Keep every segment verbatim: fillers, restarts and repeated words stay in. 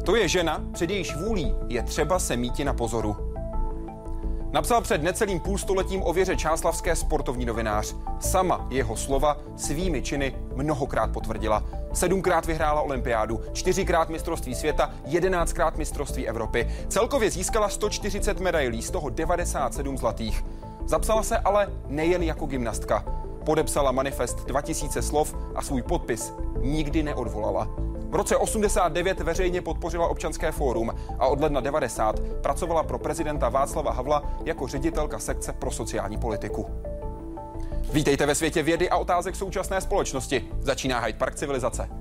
To je žena, před jejíž vůlí je třeba se míti na pozoru. Napsal před necelým půlstoletím o Věře Čáslavské sportovní novinář. Sama jeho slova svými činy mnohokrát potvrdila. Sedmkrát vyhrála olympiádu, čtyřikrát mistrovství světa, jedenáctkrát mistrovství Evropy. Celkově získala sto čtyřicet medailí, z toho devadesát sedm zlatých. Zapsala se ale nejen jako gymnastka. Podepsala manifest dva tisíce slov a svůj podpis nikdy neodvolala. V roce osmdesát devět veřejně podpořila Občanské fórum a od ledna devadesát pracovala pro prezidenta Václava Havla jako ředitelka sekce pro sociální politiku. Vítejte ve světě vědy a otázek současné společnosti. Začíná Hyde Park civilizace.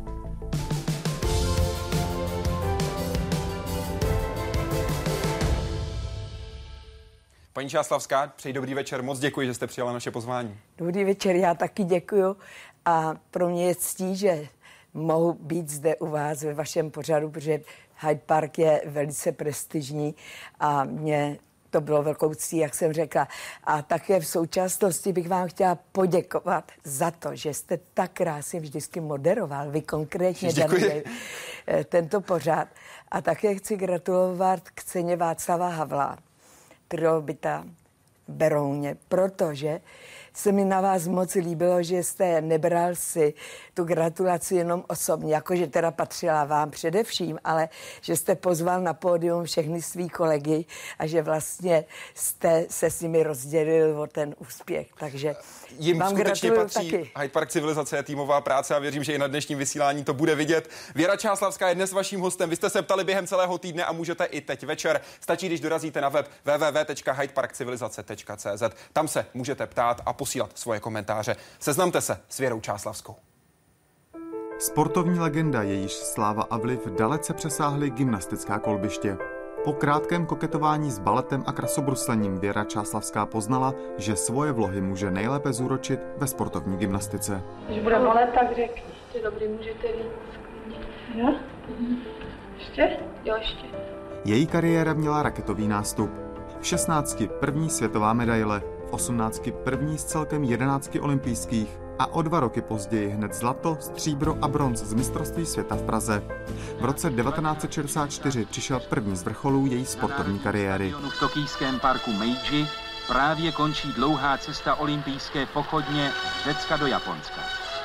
Paní Čáslavská, přeji dobrý večer. Moc děkuji, že jste přijala naše pozvání. Dobrý večer, já taky děkuju a pro mě je ctí, že mohu být zde u vás ve vašem pořadu, protože Hyde Park je velice prestižní a mě to bylo velkou ctí, jak jsem řekla. A také v současnosti bych vám chtěla poděkovat za to, že jste tak krásně vždycky moderoval, vy konkrétně Daniel, tento pořad. A také chci gratulovat k ceně Václava Havla, Trilobita v Berouně, protože se mi na vás moc líbilo, že jste nebral si tu gratulaci jenom osobně, jakože teda patřila vám především, ale že jste pozval na pódium všechny svý kolegy a že vlastně jste se s nimi rozdělil o ten úspěch. Takže jim vám skutečně patří taky. Hyde Park civilizace je týmová práce a věřím, že i na dnešním vysílání to bude vidět. Věra Čáslavská je dnes vaším hostem. Vy jste se ptali během celého týdne a můžete i teď večer. Stačí, když dorazíte na web w w w tečka hyde park civilizace tečka c z. Tam se můžete ptát a posílat svoje komentáře. Seznamte se s Věrou Čáslavskou. Sportovní legenda, jejíž sláva a vliv dalece přesáhly gymnastická kolbiště. Po krátkém koketování s baletem a krasobruslením Věra Čáslavská poznala, že svoje vlohy může nejlépe zúročit ve sportovní gymnastice. Když bude balet, tak řekni. Ještě dobrý, můžete víc. Jo? Ještě? Jo, ještě. Její kariéra měla raketový nástup. V šestnácti první světová medaile, v osmnácti první z celkem jedenácti olympijských a o dva roky později hned zlato, stříbro a bronz z mistrovství světa v Praze. V roce devatenáct set šedesát čtyři přišel první z vrcholů její sportovní kariéry. V tokijském parku Meiji právě končí dlouhá cesta olympijské pochodně z Řecka do Japonska.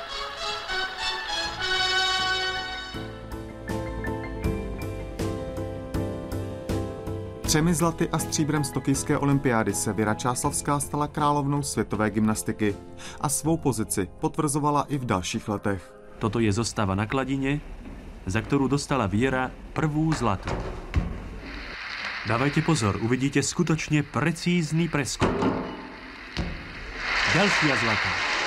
Třemi zlaty a stříbrem z tokijské olympiády se Věra Čáslavská stala královnou světové gymnastiky a svou pozici potvrzovala i v dalších letech. Toto je zostava na Kladine, za ktorú dostala Viera prvú zlatú. Dávajte pozor, uvidíte skutočne precízny preskok. Ďalšia zlatá.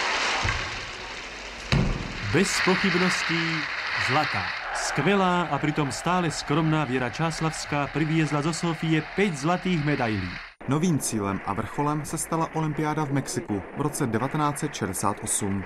Bez pochybností zlatá. Skvelá a pritom stále skromná Věra Čáslavská priviezla zo Sofie päť zlatých medailí. Novým cílem a vrcholem se stala olympiáda v Mexiku v roce devatenáct set šedesát osm.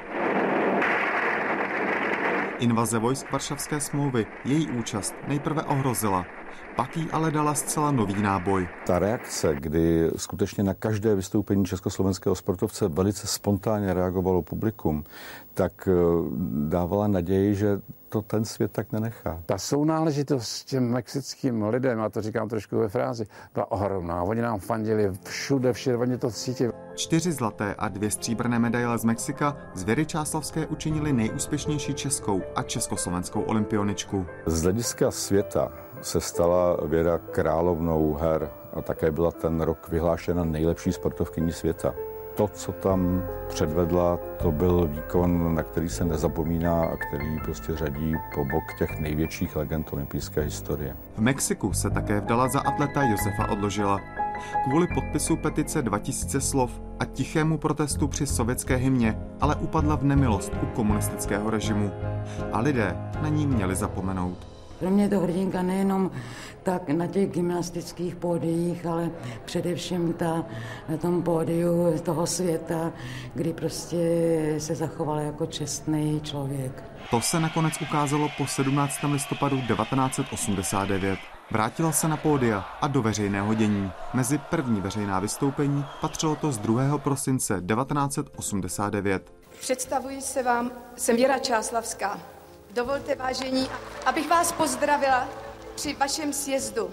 Invaze vojsk Varšavské smlouvy její účast nejprve ohrozila, pak jí ale dala zcela nový náboj. Ta reakce, kdy skutečně na každé vystoupení československého sportovce velice spontánně reagovalo publikum, tak dávala naději, že to ten svět tak nenechá. Ta sounáležitost těm mexickým lidem, a to říkám trošku ve frázi, byla ohromná. Oni nám fandili všude, všude, oni to cítili. Čtyři zlaté a dvě stříbrné medaile z Mexika z Věry Čáslavské učinili nejúspěšnější českou a československou olympioničku. Z hlediska světa se stala Věra královnou her a také byla ten rok vyhlášena nejlepší sportovkyní světa. To, co tam předvedla, to byl výkon, na který se nezapomíná a který prostě řadí po bok těch největších legend olympijské historie. V Mexiku se také vdala za atleta Josefa Odložila. Kvůli podpisu petice dva tisíce slov a tichému protestu při sovětské hymně ale upadla v nemilost u komunistického režimu. A lidé na ní měli zapomenout. Pro mě je to hrdinka nejenom tak na těch gymnastických pódiích, ale především ta, na tom pódiu toho světa, kdy prostě se zachoval jako čestný člověk. To se nakonec ukázalo po sedmnáctého listopadu devatenáct set osmdesát devět. Vrátila se na pódia a do veřejného dění. Mezi první veřejná vystoupení patřilo to z druhého prosince devatenáct set osmdesát devět. Představuji se vám, jsem Věra Čáslavská. Dovolte, vážení, abych vás pozdravila při vašem sjezdu.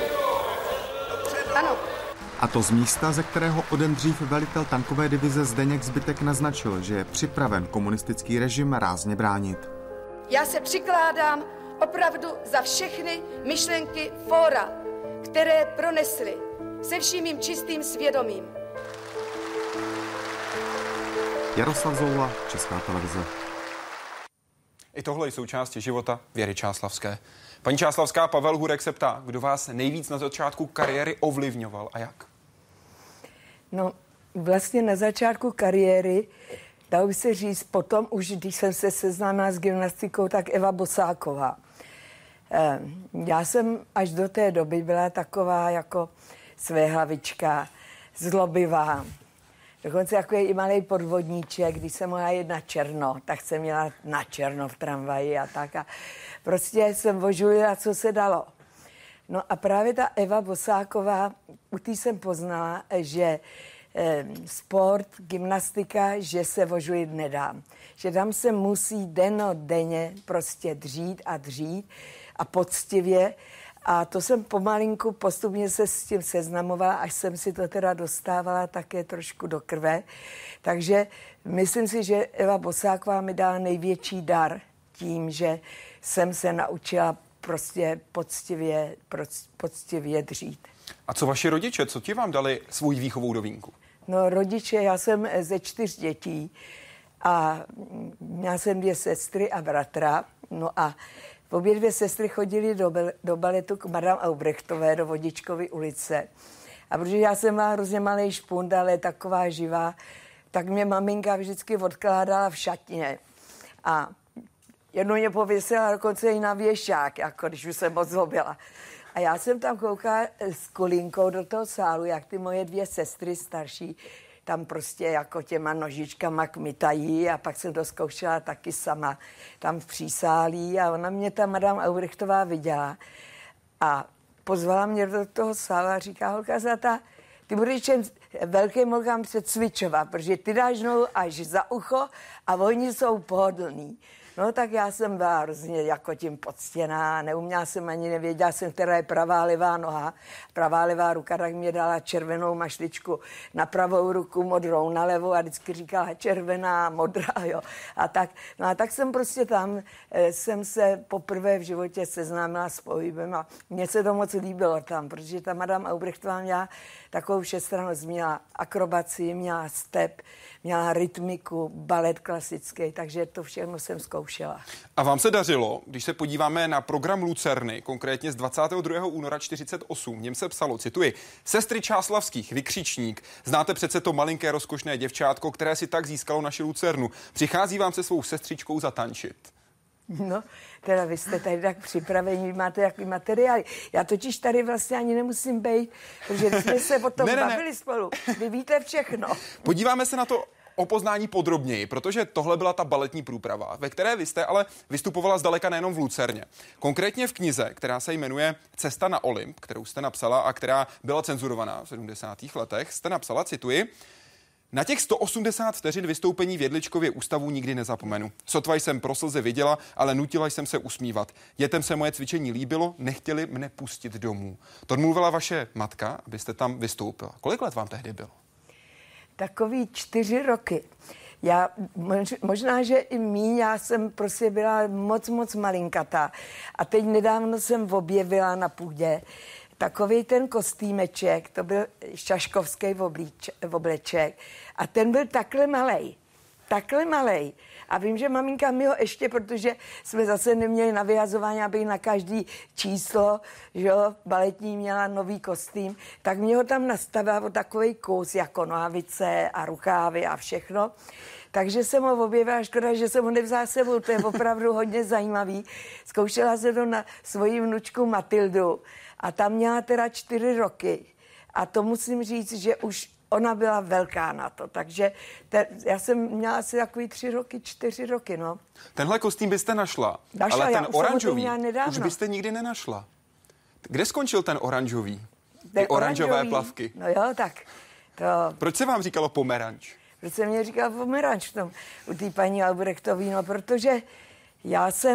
Ano. A to z místa, ze kterého o den dřív velitel tankové divize Zdeněk Zbytek naznačil, že je připraven komunistický režim rázně bránit. Já se přikládám opravdu za všechny myšlenky fóra, které pronesly se vším mým čistým svědomím. Jaroslav Zoula, Česká televize. I tohle jsou části života Věry Čáslavské. Paní Čáslavská, Pavel Hurek se ptá, kdo vás nejvíc na začátku kariéry ovlivňoval a jak? No, vlastně na začátku kariéry, dalo by se říct, potom už, když jsem se seznámila s gymnastikou, tak Eva Bosáková. Já jsem až do té doby byla taková jako svéhlavička, zlobivá. Dokonce jako je i malý podvodníček, když jsem mohla jít na černo, tak jsem měla na černo v tramvaji a tak. A prostě jsem vožulila, co se dalo. No a právě ta Eva Bosáková, u té jsem poznala, že eh, sport, gymnastika, že se vožulit nedá. Že tam se musí dennodenně prostě dřít a dřít a poctivě. A to jsem pomalinku postupně se s tím seznamovala, až jsem si to teda dostávala také trošku do krve. Takže myslím si, že Eva Bosáková mi dala největší dar tím, že jsem se naučila prostě poctivě, poctivě dřít. A co vaši rodiče, co ti vám dali svou výchovou do vínku? No rodiče, já jsem ze čtyř dětí a měla jsem dvě sestry a bratra, no a obě dvě sestry chodily do, do baletu k Madame Aubrechtové do Vodičkovy ulice. A protože já jsem má hrozně malý špund, ale taková živá, tak mě maminka vždycky odkládala v šatně. A jednou mě pověsila dokonce i na věšák, jako když už jsem moc zlobila. A já jsem tam koukala s Kolínkou do toho sálu, jak ty moje dvě sestry starší tam prostě jako těma nožičkama kmitají a pak jsem to zkoušela taky sama tam v přísálí a ona mě ta Madame Aubrechtová viděla a pozvala mě do toho sálu a říká, holka zlatá, ty budeš čem velkým holkám přecvičovat, protože ty dáš nohu až za ucho a oni jsou pohodlní. No tak já jsem byla hrozně jako tím poctěná, neuměla jsem ani, nevěděla jsem, která je pravá levá noha. Pravá levá ruka, tak mě dala červenou mašličku na pravou ruku, modrou na levou a vždycky říkala červená, modrá, jo. A tak, no a tak jsem prostě tam, e, jsem se poprvé v životě seznámila s pohybem a mně se to moc líbilo tam, protože ta Madame Aubrechtová měla takovou všestrannost, měla akrobaci, měla step, měla rytmiku, balet klasický, takže to všechno jsem zkoušela. A vám se dařilo, když se podíváme na program Lucerny, konkrétně z dvacátého druhého února čtyřicet osm, v něm se psalo, cituji, sestry Čáslavských, vykřičník, znáte přece to malinké rozkošné děvčátko, které si tak získalo naši Lucernu, přichází vám se svou sestřičkou zatančit. No, teda vy jste tady tak připravení, máte jaký materiály. Já totiž tady vlastně ani nemusím bejt, protože jsme se potom ne, ne, bavili ne. spolu. Vy víte všechno. Podíváme se na to o poznání podrobněji, protože tohle byla ta baletní průprava, ve které vy jste ale vystupovala zdaleka nejenom v Lucerně. Konkrétně v knize, která se jmenuje Cesta na Olymp, kterou jste napsala a která byla cenzurovaná v sedmdesátých letech, jste napsala, cituji, na těch sto osmdesát vteřin vystoupení v Jedličkově ústavu nikdy nezapomenu. Sotva jsem pro slzy viděla, ale nutila jsem se usmívat. Dětem se moje cvičení líbilo, nechtěli mne pustit domů. To mluvila vaše matka, abyste tam vystoupila. Kolik let vám tehdy bylo? Takový čtyři roky. Já možná, že i míň, já jsem prostě byla moc, moc malinkatá. A teď nedávno jsem objevila na půdě takový ten kostýmeček, to byl šaškovský obleček a ten byl takhle malej, takhle malej. A vím, že maminka mi ho ještě, protože jsme zase neměli na vyhazování, aby na každý číslo, že jo, baletní měla nový kostým, tak mě ho tam nastavila o takový kus, jako nohavice a rukávy a všechno. Takže jsem ho objevila, škoda, že jsem ho nevzala sebou, to je opravdu hodně zajímavý. Zkoušela jsem to na svoji vnučku Matildu a tam měla teda čtyři roky. A to musím říct, že už ona byla velká na to, takže te, já jsem měla asi takový tři roky, čtyři roky, no. Tenhle kostým byste našla, našla ale ten oranžový už byste nikdy nenašla. Kde skončil ten oranžový? Ten Ty oranžové oranžový, plavky. No jo, tak to... Proč se vám říkalo pomeranč? Proč se mě říkal pomeranč v tom, u té paní Aubrechtové, no protože já jsem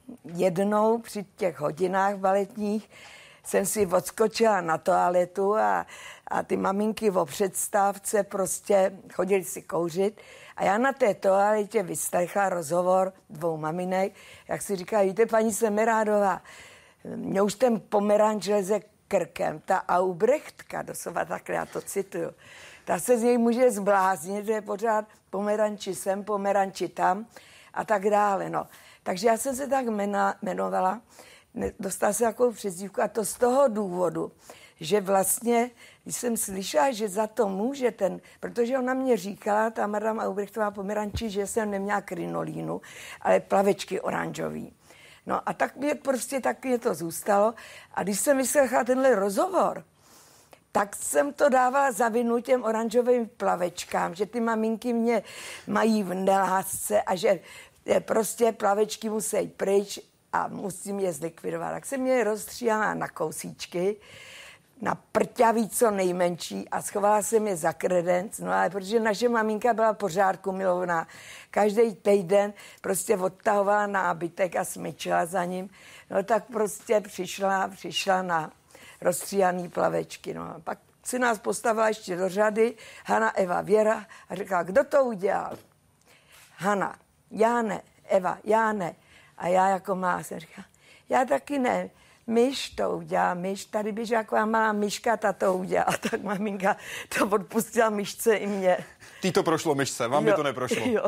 jednou při těch hodinách baletních jsem si odskočila na toaletu a, a ty maminky o předstávce prostě chodili si kouřit. A já na té toaletě vyslechla rozhovor dvou maminek, jak si říká, víte, paní Semerádová, mě už ten pomeranč leze krkem. Ta Aubrechtka, doslova takhle, já to cituju, ta se z něj může zbláznit, že je pořád pomeranči sem, pomeranči tam a tak dále. No. Takže já jsem se tak jmena, jmenovala, dostala se takovou přezdívku a to z toho důvodu, že vlastně, když jsem slyšela, že za to může ten, protože ona mě říkala, ta madame Aubrechtová pomeranči, že jsem neměla krinolínu, ale plavečky oranžový. No a tak mě prostě tak mě to zůstalo a když jsem vyslechla tenhle rozhovor, tak jsem to dávala za vinu těm oranžovým plavečkám, že ty maminky mě mají v nelásce a že prostě plavečky musí pryč a musím je zlikvidovat. Tak jsem je rozstříhala na kousíčky, na prťavý co nejmenší a schovala jsem je za kredenc, no ale protože naše maminka byla pořádku milovná, každý týden prostě odtahovala nábytek a smyčela za ním, no tak prostě přišla, přišla na rozstříhaný plavečky, no a pak si nás postavila ještě do řady Hana, Eva, Věra a řekla, kdo to udělal? Hana, já ne, Eva, já ne. A já jako má jsem říkala, já taky ne. Myš to udělá, myš, tady běží taková malá myška, ta to udělá. Tak maminka to odpustila myšce i mě. Tý to prošlo myšce, vám jo, by to neprošlo. Jo.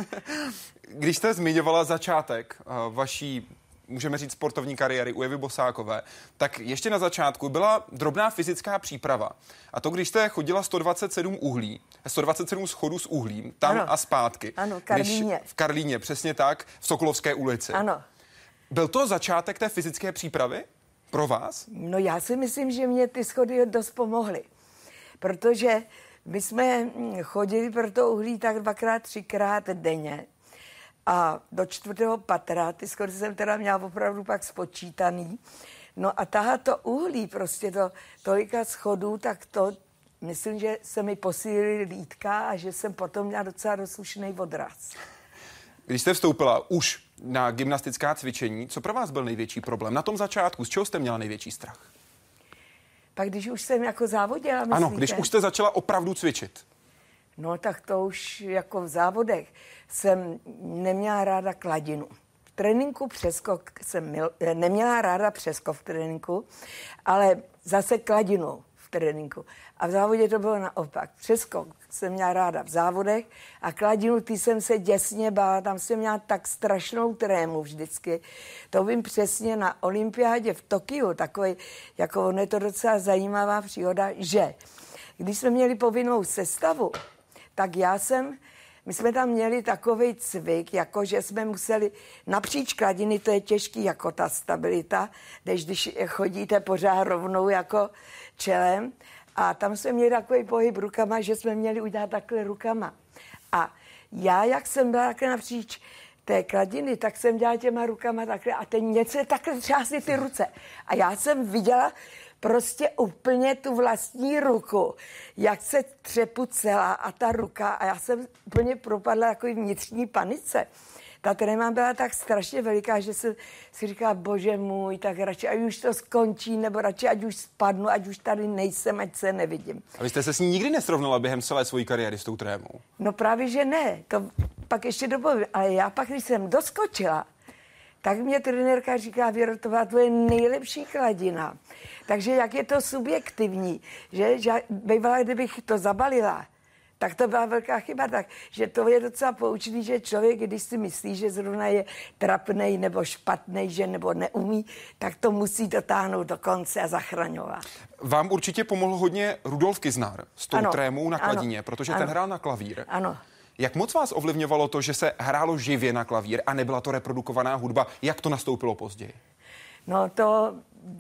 Když jste zmiňovala začátek uh, vaší, můžeme říct, sportovní kariéry u Evy Bosákové, tak ještě na začátku byla drobná fyzická příprava. A to, když jste chodila sto dvacet sedm uhlí, sto dvacet sedm schodů s uhlím, tam ano. a zpátky. Ano, Karlíně. V Karlíně, přesně tak, v Sokolovské ulici. Ano. Byl to začátek té fyzické přípravy pro vás? No já si myslím, že mě ty schody dost pomohly. Protože my jsme chodili pro to uhlí tak dvakrát, třikrát denně. A do čtvrtého patra, ty schody jsem teda měla opravdu pak spočítaný. No a tahat to uhlí, prostě to tolika schodů, tak to myslím, že se mi posílili lítka a že jsem potom měla docela rozslušný odraz. Když jste vstoupila už na gymnastická cvičení, co pro vás byl největší problém? Na tom začátku, z čeho jste měla největší strach? Pak když už jsem jako závodila, myslíte? Ano, když už jste začala opravdu cvičit. No tak to už jako v závodech jsem neměla ráda kladinu. V tréninku přeskok jsem mil, neměla ráda přeskok v tréninku, ale zase kladinu v tréninku. A v závodě to bylo naopak. Přeskok jsem měla ráda v závodech a kladinu, ty jsem se děsně bála, tam jsem měla tak strašnou trému vždycky. To vím přesně na olympiádě v Tokiu, takový, jako on je to docela zajímavá příhoda, že když jsme měli povinnou sestavu, tak já jsem, my jsme tam měli takovej cvik, jako že jsme museli napříč kladiny, to je těžký jako ta stabilita, než když chodíte pořád rovnou jako čelem. A tam jsme měli takový pohyb rukama, že jsme měli udělat takhle rukama. A já, jak jsem byla takhle napříč té kladiny, tak jsem dělala těma rukama takhle a ten něco takhle třásly ty ruce. A já jsem viděla prostě úplně tu vlastní ruku, jak se třepu celá a ta ruka a já jsem úplně propadla takový vnitřní panice. Ta tréma byla tak strašně veliká, že jsem si říkala, bože můj, tak radši, ať už to skončí, nebo radši, ať už spadnu, ať už tady nejsem, ať se nevidím. A vy jste se s ní nikdy nesrovnala během celé své kariéry s tou trémou? No právě, že ne. To pak ještě dopovím. Ale já pak, když jsem doskočila, tak mě trenérka říká, Věro, to byla tvoje nejlepší kladina. Takže jak je to subjektivní, že, že bývala, kdybych to zabalila, tak to byla velká chyba. Takže to je docela poučný, že člověk, když si myslí, že zrovna je trapnej nebo špatnej, že nebo neumí, tak to musí dotáhnout do konce a zachraňovat. Vám určitě pomohl hodně Rudolf Kiznár s tou ano, trémou na kladině, ano, protože ano, ten hrál na klavír. Ano. Jak moc vás ovlivňovalo to, že se hrálo živě na klavír a nebyla to reprodukovaná hudba? Jak to nastoupilo později? No to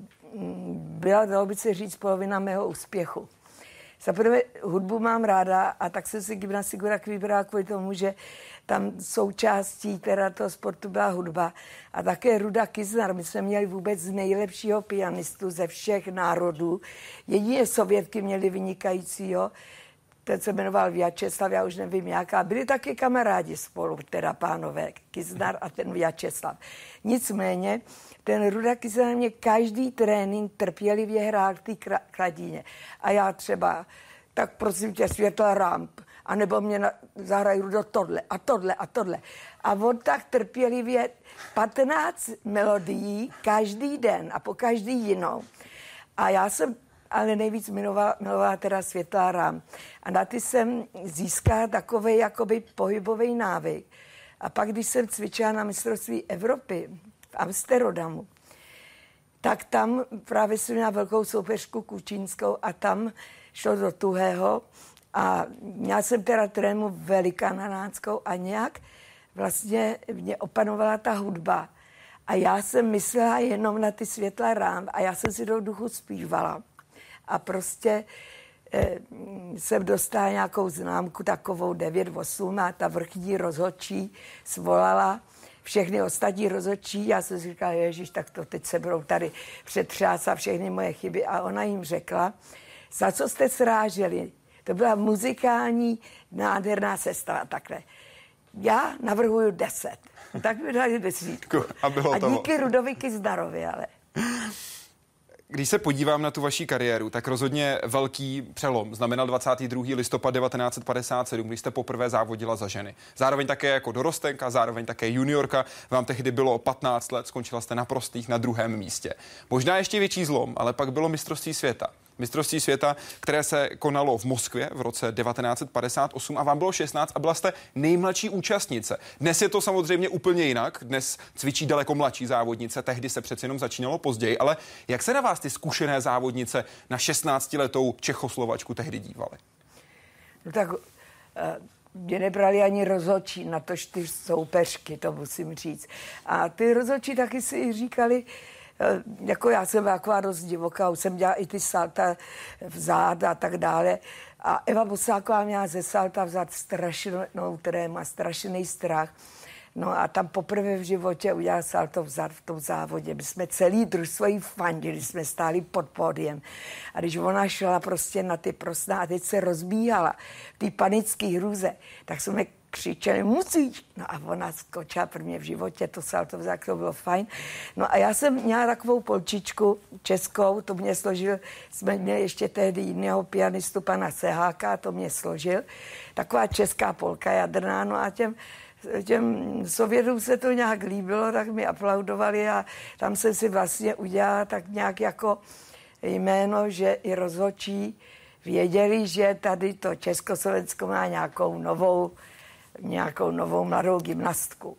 byla, dalo by se říct, polovina mého úspěchu. Zaprvé hudbu mám ráda a tak jsem si gymnastiku tak vybrala kvůli tomu, že tam součástí teda toho sportu byla hudba. A také Ruda Kiznár, my jsme měli vůbec nejlepšího pianistu ze všech národů. Jedině Sovětky měli vynikajícího. ten se jmenoval Vyacheslav, já už nevím jaká, byli taky kamarádi spolu, teda pánové, Kizdar a ten Vyacheslav. Nicméně, ten Ruda Kizdar mě každý trénink trpělivě hrál k té kladíně. A já třeba, tak prosím tě, světla ramp, anebo mě na, zahraj Rudo tohle a tohle a tohle. A on tak trpělivě patnáct melodií každý den a po každý jinou. A já jsem ale nejvíc milovala, milovala teda světlá rám. A na ty jsem získala takový jakoby pohybový návyk. A pak, když jsem cvičila na mistrovství Evropy v Amsterdamu, tak tam právě jsem měla velkou soupeřku kučínskou a tam šlo do tuhého a měla jsem teda trému velikananáckou a nějak vlastně mě opanovala ta hudba. A já jsem myslela jenom na ty světla rám a já jsem si do duchu zpívala. A prostě eh, jsem dostala nějakou známku takovou devět osm a ta vrchní rozhodčí svolala všechny ostatní rozhodčí. Já jsem si říkala, ježiš, tak to teď se budou tady přetřásat všechny moje chyby. A ona jim řekla, za co jste sráželi? To byla muzikální nádherná sestava, takhle. Já navrhuju deset. Tak mi dali desítku. A, bylo a díky toho. Rudovi Kizdarovi, ale... Když se podívám na tu vaši kariéru, tak rozhodně velký přelom znamenal dvacátého druhého listopadu devatenáct set padesát sedm, když jste poprvé závodila za ženy. Zároveň také jako dorostenka, zároveň také juniorka. Vám tehdy bylo patnáct let, skončila jste na prostých na druhém místě. Možná ještě větší zlom, ale pak bylo mistrovství světa. Mistrovství světa, které se konalo v Moskvě v roce devatenáct set padesát osm a vám bylo šestnáct a byla jste nejmladší účastnice. Dnes je to samozřejmě úplně jinak, dnes cvičí daleko mladší závodnice, tehdy se přeci jenom začínalo později, ale jak se na vás ty zkušené závodnice na šestnáctiletou Čechoslovačku tehdy dívaly? No tak uh, mě nebrali ani rozhodčí, na to čtyř soupeřky, to musím říct. A ty rozhodčí taky si říkali, jako já jsem taková dost divoká, už jsem dělala i ty salta vzad a tak dále. A Eva Bosáková měla ze salta vzad strašnou trému a strašný strach. No a tam poprvé v životě udělala salto vzad v tom závodě. My jsme celý družstvo jí fandili, jsme stáli pod pódiem. A když ona šla prostě na ty prosná a teď se rozbíhala v té panické hrůze, tak jsme křičeli, musíš. No a ona skočila prvně v životě, to salto vzad, to bylo fajn. No a já jsem měla takovou polčičku českou, to mě složil, jsme měli ještě tehdy jiného pianistu, pana Seháka, to mě složil. Taková česká polka jadrná, no a těm těm Sovětům se to nějak líbilo, tak mi aplaudovali a tam jsem si vlastně udělala tak nějak jako jméno, že i rozhodčí věděli, že tady to Československo má nějakou novou, nějakou novou mladou gymnastku.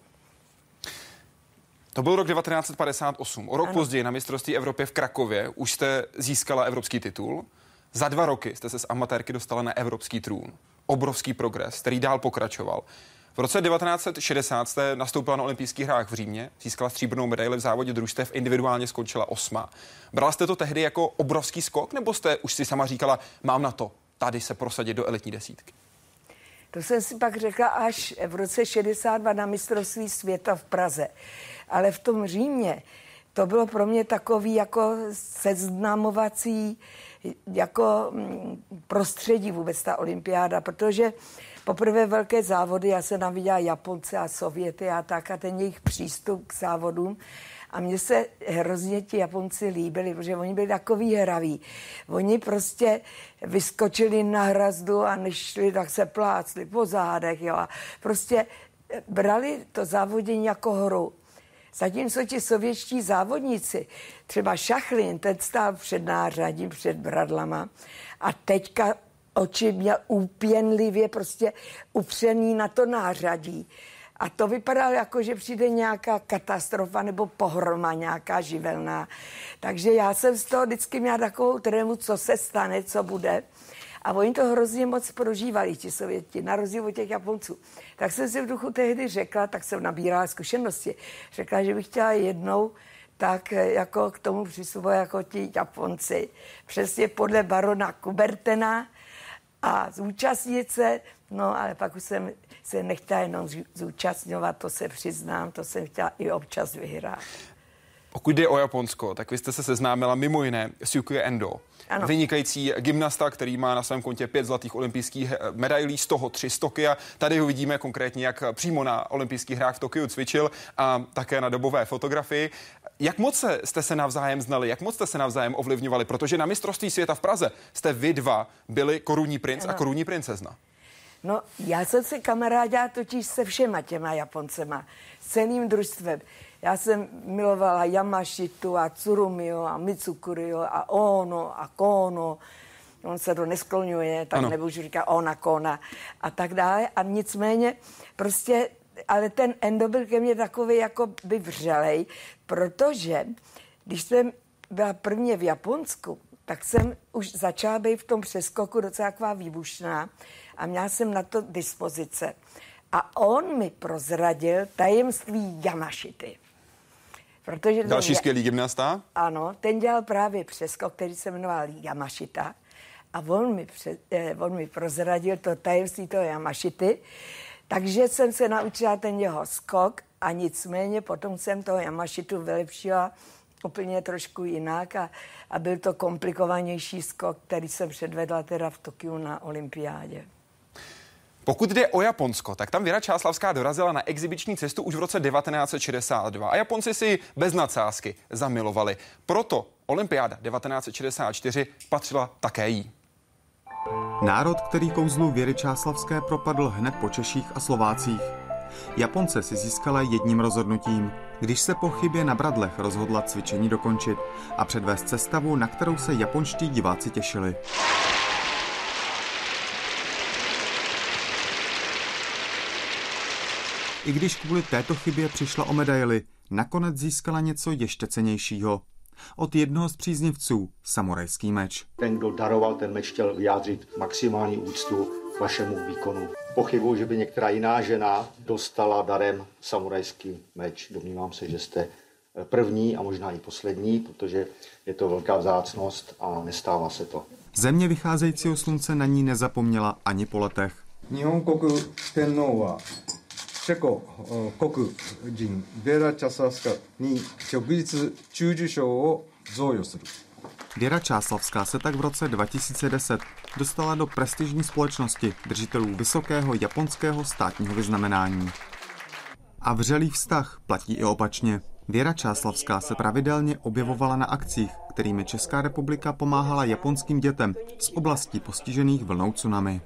To byl rok devatenáct set padesát osm. O rok ano. později na mistrovství Evropy v Krakově už jste získala evropský titul. Za dva roky jste se z amatérky dostala na evropský trůn. Obrovský progres, který dál pokračoval. V roce devatenáct set šedesát jste nastoupila na olympijských hrách v Římě, získala stříbrnou medaili v závodě družstev, individuálně skončila osmá. Brala jste to tehdy jako obrovský skok, nebo jste už si sama říkala, mám na to, tady se prosadit do elitní desítky? To jsem si pak řekla až v roce šedesát dva na mistrovství světa v Praze. Ale v tom Římě to bylo pro mě takový jako seznamovací jako prostředí vůbec ta olympiáda, protože poprvé velké závody, já jsem tam viděla Japonce a Sověty a tak a ten jejich přístup k závodům. A mně se hrozně ti Japonci líbili, protože oni byli takový hraví. Oni prostě vyskočili na hrazdu a než šli, tak se plácli po zádech. Jo. A prostě brali to závodění jako hru. Zatímco ti sovětští závodníci, třeba Šachlin, ten stál před nářadím, před bradlama a teďka oči měl úpěnlivě prostě upřený na to nářadí. A to vypadalo jako, že přijde nějaká katastrofa nebo pohroma nějaká živelná. Takže já jsem z toho vždycky měla takovou trému, co se stane, co bude. A oni to hrozně moc prožívali, ti Sověti, na rozdíl od těch Japonců. Tak jsem si v duchu tehdy řekla, tak jsem nabírala zkušenosti. Řekla, že bych chtěla jednou tak jako k tomu přistupovat jako ti Japonci. Přesně podle barona Kubertena a zúčastnit se, no ale pak už jsem se nechtěla jenom zúčastňovat, to se přiznám, to jsem chtěla i občas vyhrát. Pokud jde o Japonsko, tak vy jste se seznámila mimo jiné s Yukio Endo. Ano. Vynikající gymnasta, který má na svém kontě pět zlatých olympijských medailí, z toho tři z Tokia. Tady ho vidíme konkrétně, jak přímo na olympijských hrách v Tokiu cvičil a také na dobové fotografii. Jak moc jste se navzájem znali, jak moc jste se navzájem ovlivňovali, protože na mistrovství světa v Praze jste vy dva byli korunní princ ano. a korunní princezna. No, já jsem se kamarádila totiž se všema těma Japoncema, s celým družstvem. Já jsem milovala Yamashitu a Tsurumio a Mitsukurio a Ono a Kono. On se to neskloňuje, tak ano. Nebudu říkat Ona, Kona a tak dále. A nicméně prostě, ale ten Endo byl ke mně takový jako by vřelej, protože když jsem byla prvně v Japonsku, tak jsem už začala být v tom přeskoku docela taková výbušná a měla jsem na to dispozice. A on mi prozradil tajemství Yamashity. Protože další ten, skvělý gymnasta? Ano, ten dělal právě přeskok, který se jmenoval Yamashita. A on mi, pře, eh, on mi prozradil to tajemství toho Yamashity. Takže jsem se naučila ten jeho skok a nicméně potom jsem toho Yamashitu vylepšila úplně trošku jinak a, a byl to komplikovanější skok, který jsem předvedla teda v Tokiu na olympiádě. Pokud jde o Japonsko, tak tam Věra Čáslavská dorazila na exibiční cestu už v roce devatenáct set šedesát dva a Japonci si bez nadsázky zamilovali. Proto olympiáda devatenáct set šedesát čtyři patřila také jí. Národ, který kouzlu Věry Čáslavské propadl hned po Češích a Slovácích. Japonce si získala jedním rozhodnutím, když se po chybě na bradlech rozhodla cvičení dokončit a předvést sestavu, na kterou se japonští diváci těšili. I když kvůli této chybě přišla o medaili, nakonec získala něco ještě cennějšího. Od jednoho z příznivců samurajský meč. Ten, kdo daroval ten meč, chtěl vyjádřit maximální úctu k vašemu výkonu. Pochybuji, že by některá jiná žena dostala darem samurajský meč. Domnívám se, že jste první a možná i poslední, protože je to velká vzácnost a nestává se to. Země vycházejícího slunce na ní nezapomněla ani po letech. Nihonkoku tennou wa Čeko koku jin Věra Čáslavská ni čokujitsu chūju-shō o zōyō suru. Věra Čáslavská se tak v roce dva tisíce deset dostala do prestižní společnosti držitelů vysokého japonského státního vyznamenání. A vřelý vztah platí i opačně. Věra Čáslavská se pravidelně objevovala na akcích, kterými Česká republika pomáhala japonským dětem z oblastí postižených vlnou tsunami.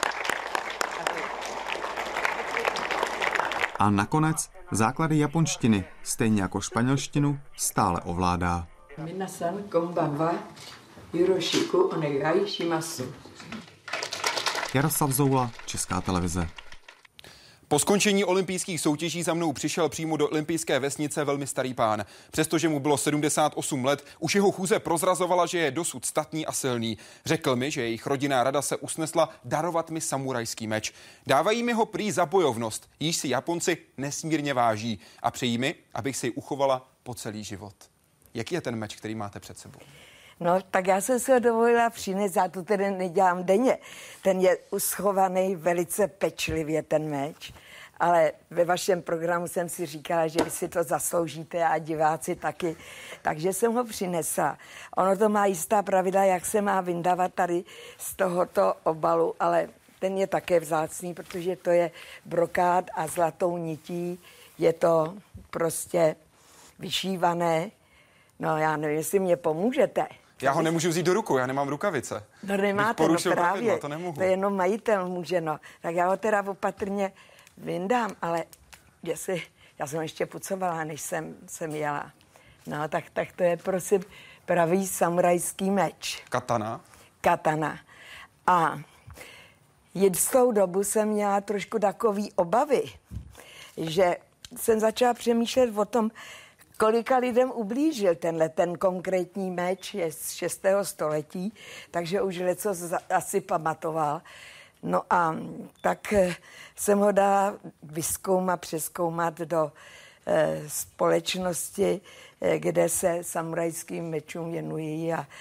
A nakonec základy japonštiny, stejně jako španělštinu, stále ovládá. Minasan konbanwa, yoroshiku onegai shimasu. Jaroslav Zoula, Česká televize. Po skončení olympijských soutěží za mnou přišel přímo do olympijské vesnice velmi starý pán. Přestože mu bylo sedmdesát osm let, už jeho chůze prozrazovala, že je dosud statný a silný. Řekl mi, že jejich rodinná rada se usnesla darovat mi samurajský meč. Dávají mi ho prý za bojovnost, již si Japonci nesmírně váží a přejí mi, abych si ji uchovala po celý život. Jaký je ten meč, který máte před sebou? No, tak já jsem se ho dovolila přinést, já to tedy nedělám denně. Ten je uschovaný velice pečlivě, ten meč, ale ve vašem programu jsem si říkala, že vy si to zasloužíte a diváci taky, takže jsem ho přinesla. Ono to má jistá pravidla, jak se má vyndávat tady z tohoto obalu, ale ten je také vzácný, protože to je brokát a zlatou nití, je to prostě vyšívané. No, já nevím, jestli mě pomůžete. Já ho nemůžu vzít do ruku, já nemám rukavice. No nemáte, no právě, pravidla, to, nemohu. To jenom majitel může, no. Tak já ho teda opatrně vyndám, ale jestli, já jsem ještě pucovala, než jsem, jsem jela. No, tak, tak to je, prosím, pravý samurajský meč. Katana? Katana. A jistou dobu jsem měla trošku takový obavy, že jsem začala přemýšlet o tom, kolika lidem ublížil tenhle ten konkrétní meč, je z šestého století, takže už leco asi pamatoval. No a tak jsem ho dala vyzkoumat, přezkoumat do e, společnosti, e, kde se samurajským mečům věnují a,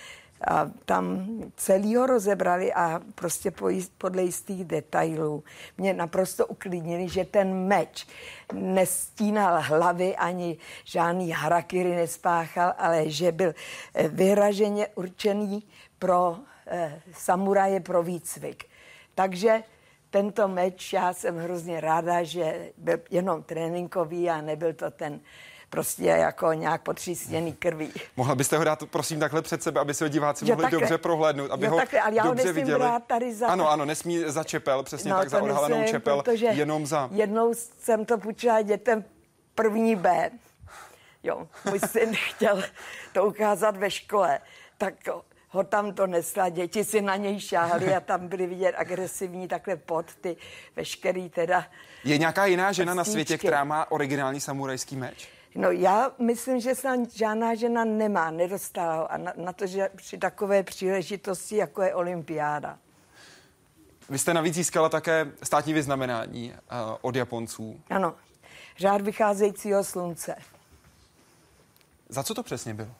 A tam celýho rozebrali a prostě podle jistých detailů mě naprosto uklidnili, že ten meč nestínal hlavy ani žádný harakiri nespáchal, ale že byl vyhraženě určený pro eh, samuraje, pro výcvik. Takže tento meč, já jsem hrozně ráda, že byl jenom tréninkový a nebyl to ten prostě jako nějak potřísněný krví. Mohla byste ho dát, prosím, takhle před sebe, aby si ho diváci mohli takhle dobře prohlédnout, aby jo, ho takhle, ale já dobře ho viděli. Brát tady za... Ano, ano, nesmí za čepel, přesně no, tak, za odhalenou nesmím, čepel, jenom za... Jednou jsem to půjčila dětem první B. Jo, můj syn chtěl to ukázat ve škole, tak ho tam to nesla, děti si na něj šáhly a tam byly vidět agresivní takhle pod ty veškerý teda... Je nějaká jiná žena na světě, stíčky. která má originální samurajský meč? No já myslím, že snad žádná žena nemá, nedostala ho a na, na to, že při takové příležitosti, jako je olympiáda. Vy jste navíc získala také státní vyznamenání uh, od Japonců. Ano, řád vycházejícího slunce. Za co to přesně bylo?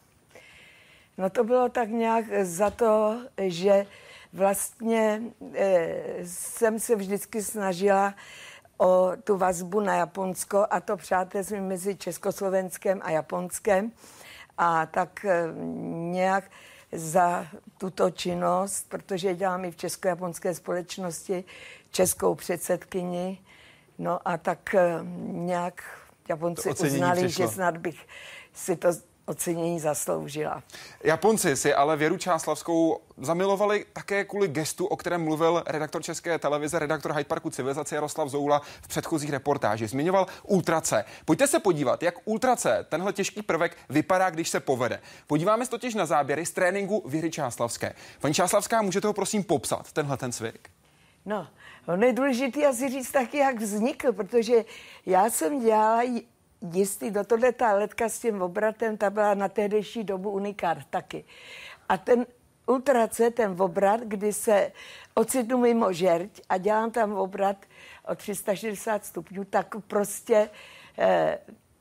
No to bylo tak nějak za to, že vlastně e, jsem se vždycky snažila o tu vazbu na Japonsko a to přátelství mezi Československem a Japonskem. A tak e, nějak za tuto činnost, protože dělám i v česko-japonské společnosti českou předsedkyni, no a tak e, nějak Japonci uznali, přišlo. Že snad bych si to ocenění zasloužila. Japonci si ale Věru Čáslavskou zamilovali také kvůli gestu, o kterém mluvil redaktor České televize, redaktor Hyde Parku Civilizace Jaroslav Zoula v předchozích reportáži. Zmiňoval Ultra C. Pojďte se podívat, jak Ultra C, tenhle těžký prvek, vypadá, když se povede. Podíváme se totiž na záběry z tréninku Věry Čáslavské. Paní Čáslavská, můžete ho prosím popsat, tenhle ten cvik? No, ono je důležitý asi říct taky, jak vznikl, protože já jsem dělala jistý, do tohle ta letka s tím obratem, ta byla na tehdejší dobu unikát taky. A ten Ultra C, ten obrat, kdy se ocitnu mimo žerť a dělám tam obrat o tři sta šedesát stupňů, tak prostě eh,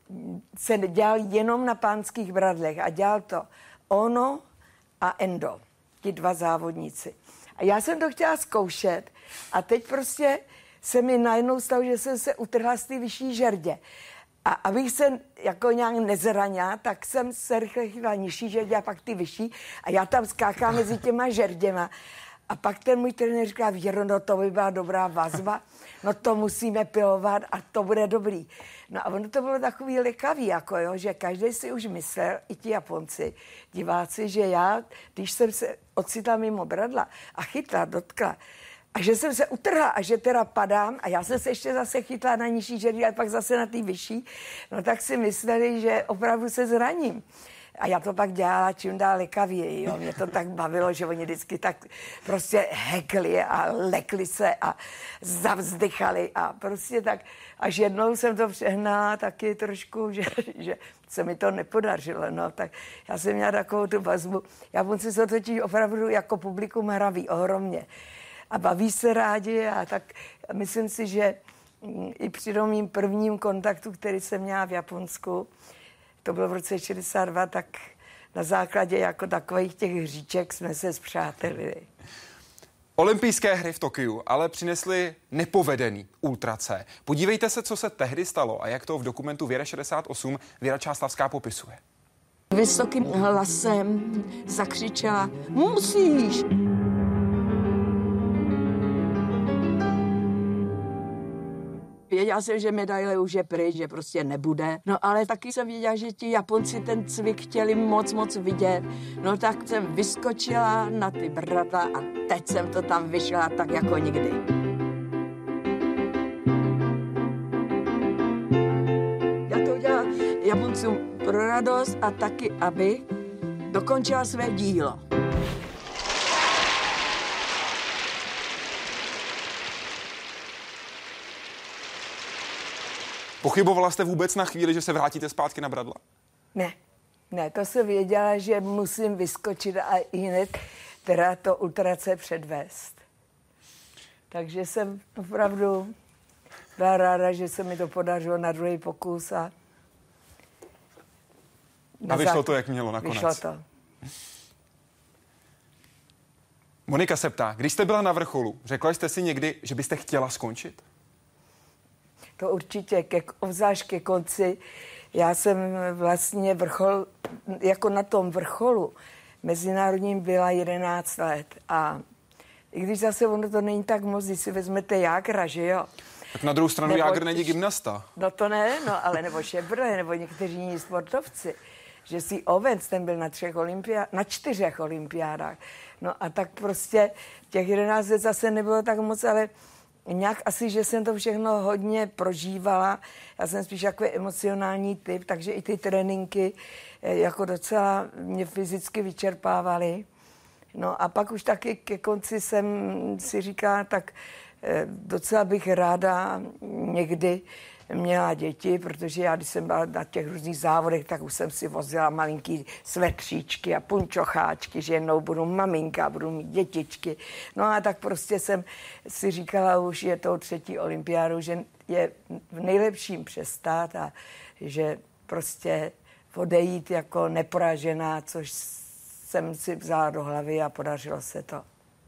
se dělal jenom na pánských bradlech a dělal to Ono a Endo, ti dva závodníci. A já jsem to chtěla zkoušet a teď prostě se mi najednou stalo, že jsem se utrhla z té vyšší žerdě. A abych se jako nějak nezranila, tak jsem se rychle chytla nižší žerdě a pak ty vyšší a já tam skákám mezi těma žerděma. A pak ten můj trenér říká, Věro, no to by byla dobrá vazba, no to musíme pilovat a to bude dobrý. No a ono to bylo takový lekavý, jako jo, že každý si už myslel, i ti Japonci, diváci, že já, když jsem se ocitla mimo bradla a chytla, dotkla, a že jsem se utrhla a že teda padám a já jsem se ještě zase chytla na nižší žerdí a pak zase na ty vyšší, no tak si mysleli, že opravdu se zraním. A já to pak dělala čím dál lekavěji, jo. Mě to tak bavilo, že oni vždycky tak prostě hekli a lekli se a zavzdychali a prostě tak. Až jednou jsem to přehnala taky trošku, že, že se mi to nepodařilo, no. Tak já jsem měla takovou tu vazbu. Japonci jsou totiž opravdu jako publikum hraví ohromně. A baví se rádi a tak myslím si, že i při tom mým prvním kontaktu, který jsem měla v Japonsku, to bylo v roce šedesát dva, tak na základě jako takových těch hříček jsme se spřátelili. Olympijské hry v Tokiu ale přinesly nepovedený Ultra C. Podívejte se, co se tehdy stalo a jak to v dokumentu Věra šedesát osm Věra Čáslavská popisuje. Vysokým hlasem zakřičela, musíš! Věděla jsem, že medaile už je pryč, že prostě nebude. No ale taky jsem věděla, že ti Japonci ten cvik chtěli moc, moc vidět. No tak jsem vyskočila na ty bradla a teď jsem to tam vyšla tak jako nikdy. Já to udělala Japoncům pro radost a taky, aby dokončila své dílo. Pochybovala jste vůbec na chvíli, že se vrátíte zpátky na bradla? Ne, ne, to jsem věděla, že musím vyskočit a i hned teda to Ultra C předvést. Takže jsem opravdu byla ráda, že se mi to podařilo na druhý pokus a... A vyšlo to, jak mělo nakonec. Vyšlo to. Monika se ptá, když jste byla na vrcholu, řekla jste si někdy, že byste chtěla skončit? To určitě, ke, obzvlášť ke konci. Já jsem vlastně vrchol, jako na tom vrcholu mezinárodním byla jedenáct let a i když zase ono to není tak moc, když si vezmete Jágra, že jo? Tak na druhou stranu nebo, Jágr není gymnasta. No to ne, no ale nebo Šebrle, nebo někteří jiní sportovci. Že si Owens, ten byl na třech olympiádách, na čtyřech olympiádách. No a tak prostě těch jedenáct let zase nebylo tak moc, ale nějak asi, že jsem to všechno hodně prožívala. Já jsem spíš jako emocionální typ, takže i ty tréninky jako docela mě fyzicky vyčerpávaly. No a pak už taky ke konci jsem si říkala, tak docela bych ráda někdy měla děti, protože já, když jsem byla na těch různých závodech, tak už jsem si vozila malinký svetříčky a punčocháčky, že jednou budu maminka, budu mít dětičky. No a tak prostě jsem si říkala už je tou třetí olympiádu, že je v nejlepším přestát a že prostě odejít jako neporažená, což jsem si vzala do hlavy a podařilo se to.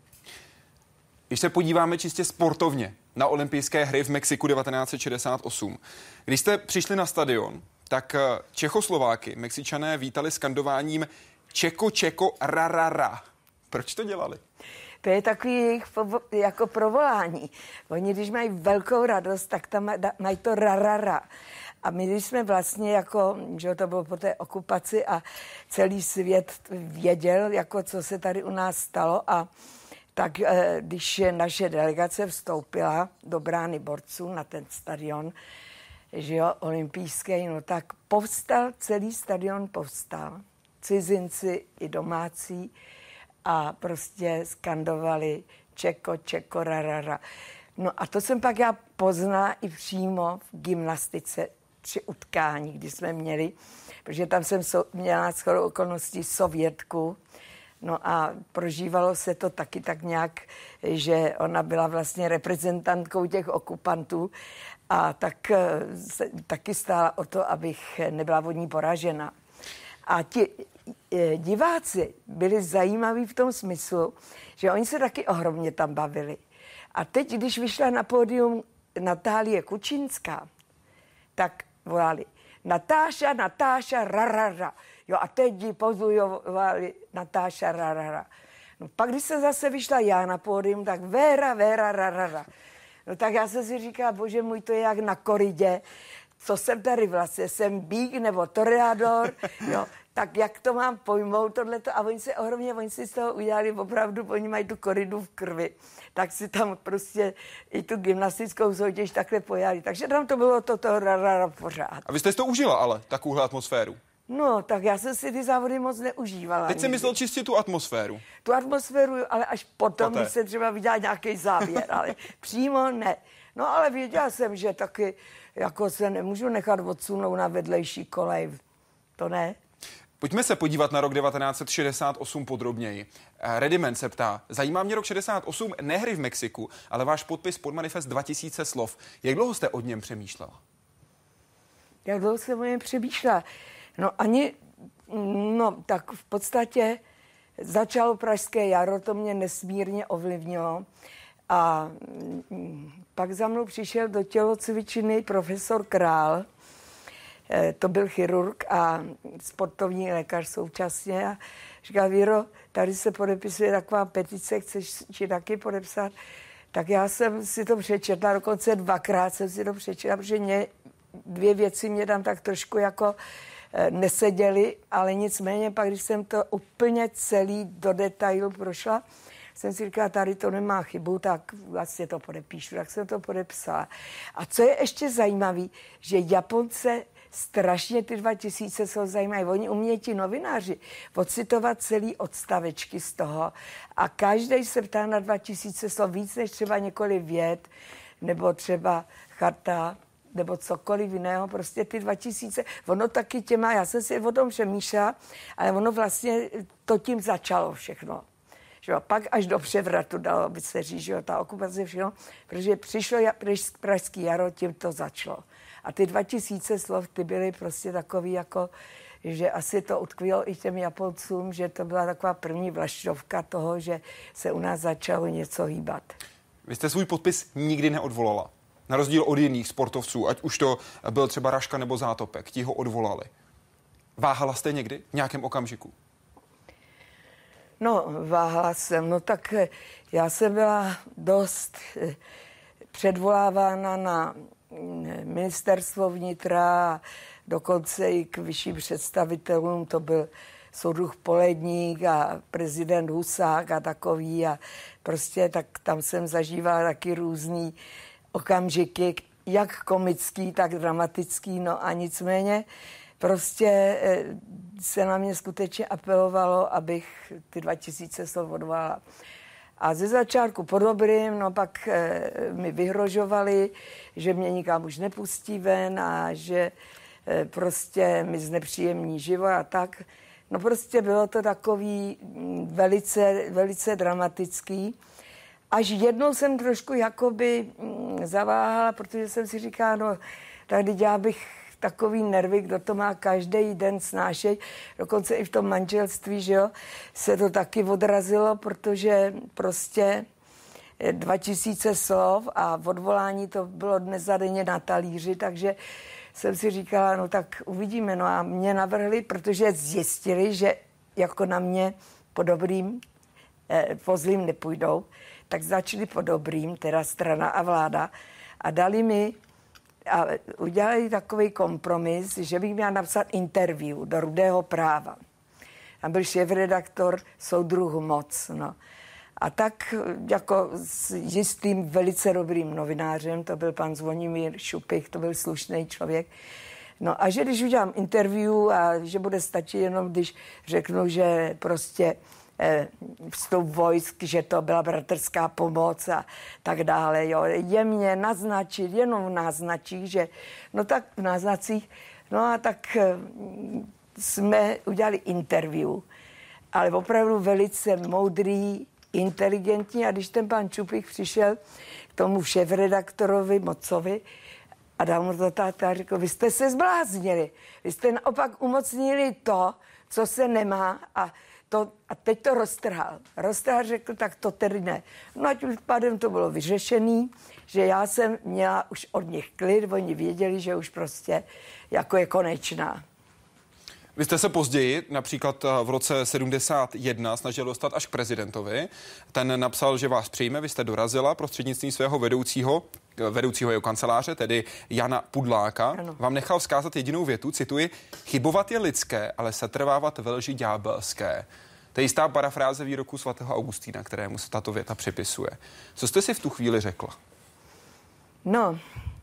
Když se podíváme čistě sportovně na olympijské hry v Mexiku devatenáct set šedesát osm, když jste přišli na stadion, tak Čechoslováky, Mexičané vítali skandováním Čeko, Čeko, ra, ra, ra. Proč to dělali? To je takový jejich jako provolání. Oni, když mají velkou radost, tak tam mají to ra, ra, ra. A my, když jsme vlastně jako, že to bylo po té okupaci a celý svět věděl, jako co se tady u nás stalo a tak když naše delegace vstoupila do brány borců na ten stadion, že jo, olympijský, no tak povstal, celý stadion povstal. Cizinci i domácí a prostě skandovali Čeko, Čeko, ra, ra, ra. No a to jsem pak já poznala i přímo v gymnastice při utkání, kdy jsme měli, protože tam jsem so, měla shodou okolností Sovětku. No a prožívalo se to taky tak nějak, že ona byla vlastně reprezentantkou těch okupantů a tak se, taky stála o to, abych nebyla od ní poražena. A ti e, diváci byli zajímaví v tom smyslu, že oni se taky ohromně tam bavili. A teď, když vyšla na pódium Natálie Kučinská, tak volali Natáša, Natáša, ra, ra, ra. Jo, a teď ji pozujovali Natáša, ra, ra, ra. No pak, když se zase vyšla já na pódium, tak Véra, Véra, ra, ra, ra. No tak já jsem si říkala, bože můj, to je jak na koridě. Co jsem tady vlastně? Jsem bík nebo toreador? Jo, tak jak to mám pojmout tohleto? A oni se ohromně, oni si z toho udělali opravdu, oni mají tu koridu v krvi. Tak si tam prostě i tu gymnastickou soutěž takhle pojali. Takže tam to bylo toto ra, ra, ra pořád. A vy jste si to užila ale, takovouhle atmosféru? No, tak já jsem si ty závody moc neužívala. Teď jsem myslel čistě tu atmosféru. Tu atmosféru, ale až potom, Poté. když se třeba viděla nějaký závěr, ale přímo ne. No, ale věděla jsem, že taky jako se nemůžu nechat odsunout na vedlejší kolej. To ne. Pojďme se podívat na rok devatenáct set šedesát osm podrobněji. Redimen se ptá, zajímá mě rok šedesát osm, ne hry v Mexiku, ale váš podpis pod manifest dva tisíce slov. Jak dlouho jste o něm přemýšlela? Jak dlouho jsem o něm přemýšlela? No ani, no tak v podstatě začalo Pražské jaro, to mě nesmírně ovlivnilo. A pak za mnou přišel do tělocvičny profesor Král, to byl chirurg a sportovní lékař současně. A říkal, Víro, tady se podepisuje taková petice, chceš si taky podepsat? Tak já jsem si to přečetla, dokonce dvakrát jsem si to přečetla, protože mě, dvě věci mě tam tak trošku jako neseděly, ale nicméně pak, když jsem to úplně celý do detailu prošla, jsem si říkala, tady to nemá chybu, tak vlastně to podepíšu. Tak jsem to podepsala. A co je ještě zajímavé, že Japonce strašně ty dva tisíce jsou zajímavé. Oni umějí ti novináři ocitovat celý odstavečky z toho a každý se ptá na dva tisíce slov víc než třeba několik vět, nebo třeba charta, nebo cokoliv jiného, prostě ty dva tisíce, ono taky těma, já jsem si o tom přemýšlela, ale ono vlastně to tím začalo všechno. Že jo, pak až do převratu dalo by se říct, že jo, ta okupace všechno, protože přišlo Pražský jaro, tím to začalo. A ty dva tisíce slov, ty byly prostě takový jako, že asi to utkvělo i těm Japoncům, že to byla taková první vlaštovka toho, že se u nás začalo něco hýbat. Vy jste svůj podpis nikdy neodvolala. Na rozdíl od jiných sportovců, ať už to byl třeba Raška nebo Zátopek, ti ho odvolali. Váhala jste někdy v nějakém okamžiku? No, váhala jsem. No tak já jsem byla dost předvolávána na ministerstvo vnitra, dokonce i k vyšším představitelům, to byl soudruh Poledník a prezident Husák a takový a prostě tak tam jsem zažívala taky různý okamžiky, jak komický, tak dramatický, no a nicméně prostě se na mě skutečně apelovalo, abych ty dva tisíce slov odvolala. A ze začátku po dobrým, no pak e, mi vyhrožovali, že mě nikam už nepustí ven a že e, prostě mi znepříjemní život a tak. No prostě bylo to takový velice, velice dramatický. Až jednou jsem trošku jakoby zaváhala, protože jsem si říkala, no tady já bych takový nervy, kdo to má každý den snášet, dokonce i v tom manželství, že jo, se to taky odrazilo, protože prostě dva tisíce slov a odvolání to bylo dnes za denně na talíři, takže jsem si říkala, no tak uvidíme, no a mě navrhli, protože zjistili, že jako na mě po dobrým, eh, po zlým nepůjdou, tak začali po dobrým, teda strana a vláda a dali mi a udělali takový kompromis, že bych měla napsat interview do Rudého práva. Tam byl šéfredaktor soudruh Moc, no. A tak jako s jistým velice dobrým novinářem, to byl pan Zvonimír Šupich, to byl slušný člověk. No a že když udělám interview a že bude stačit jenom, když řeknu, že prostě eh, vstup vojsk, že to byla bratrská pomoc a tak dále, jo. Jemně naznačit, jenom naznačí, že no tak v náznacích, no a tak eh, jsme udělali interview, ale opravdu velice moudrý, inteligentní a když ten pan Čupik přišel k tomu šéfredaktorovi Mocovi a dal mu to táta a řekl, vy jste se zbláznili, vy jste naopak umocnili to, co se nemá a, to, a teď to roztrhal. Roztrhal, řekl, tak to tedy ne. No a tím pádem to bylo vyřešený, že já jsem měla už od nich klid, oni věděli, že už prostě jako je konečná. Vy jste se později, například v roce sedmdesát jedna, snažil dostat až k prezidentovi. Ten napsal, že vás přijme, vy jste dorazila prostřednictvím svého vedoucího, vedoucího jeho kanceláře, tedy Jana Pudláka. Ano. Vám nechal vzkázat jedinou větu, cituji, chybovat je lidské, ale setrvávat ve lži ďábelské. To je jistá parafráze výroku svatého Augustína, kterému se tato věta připisuje. Co jste si v tu chvíli řekla? No,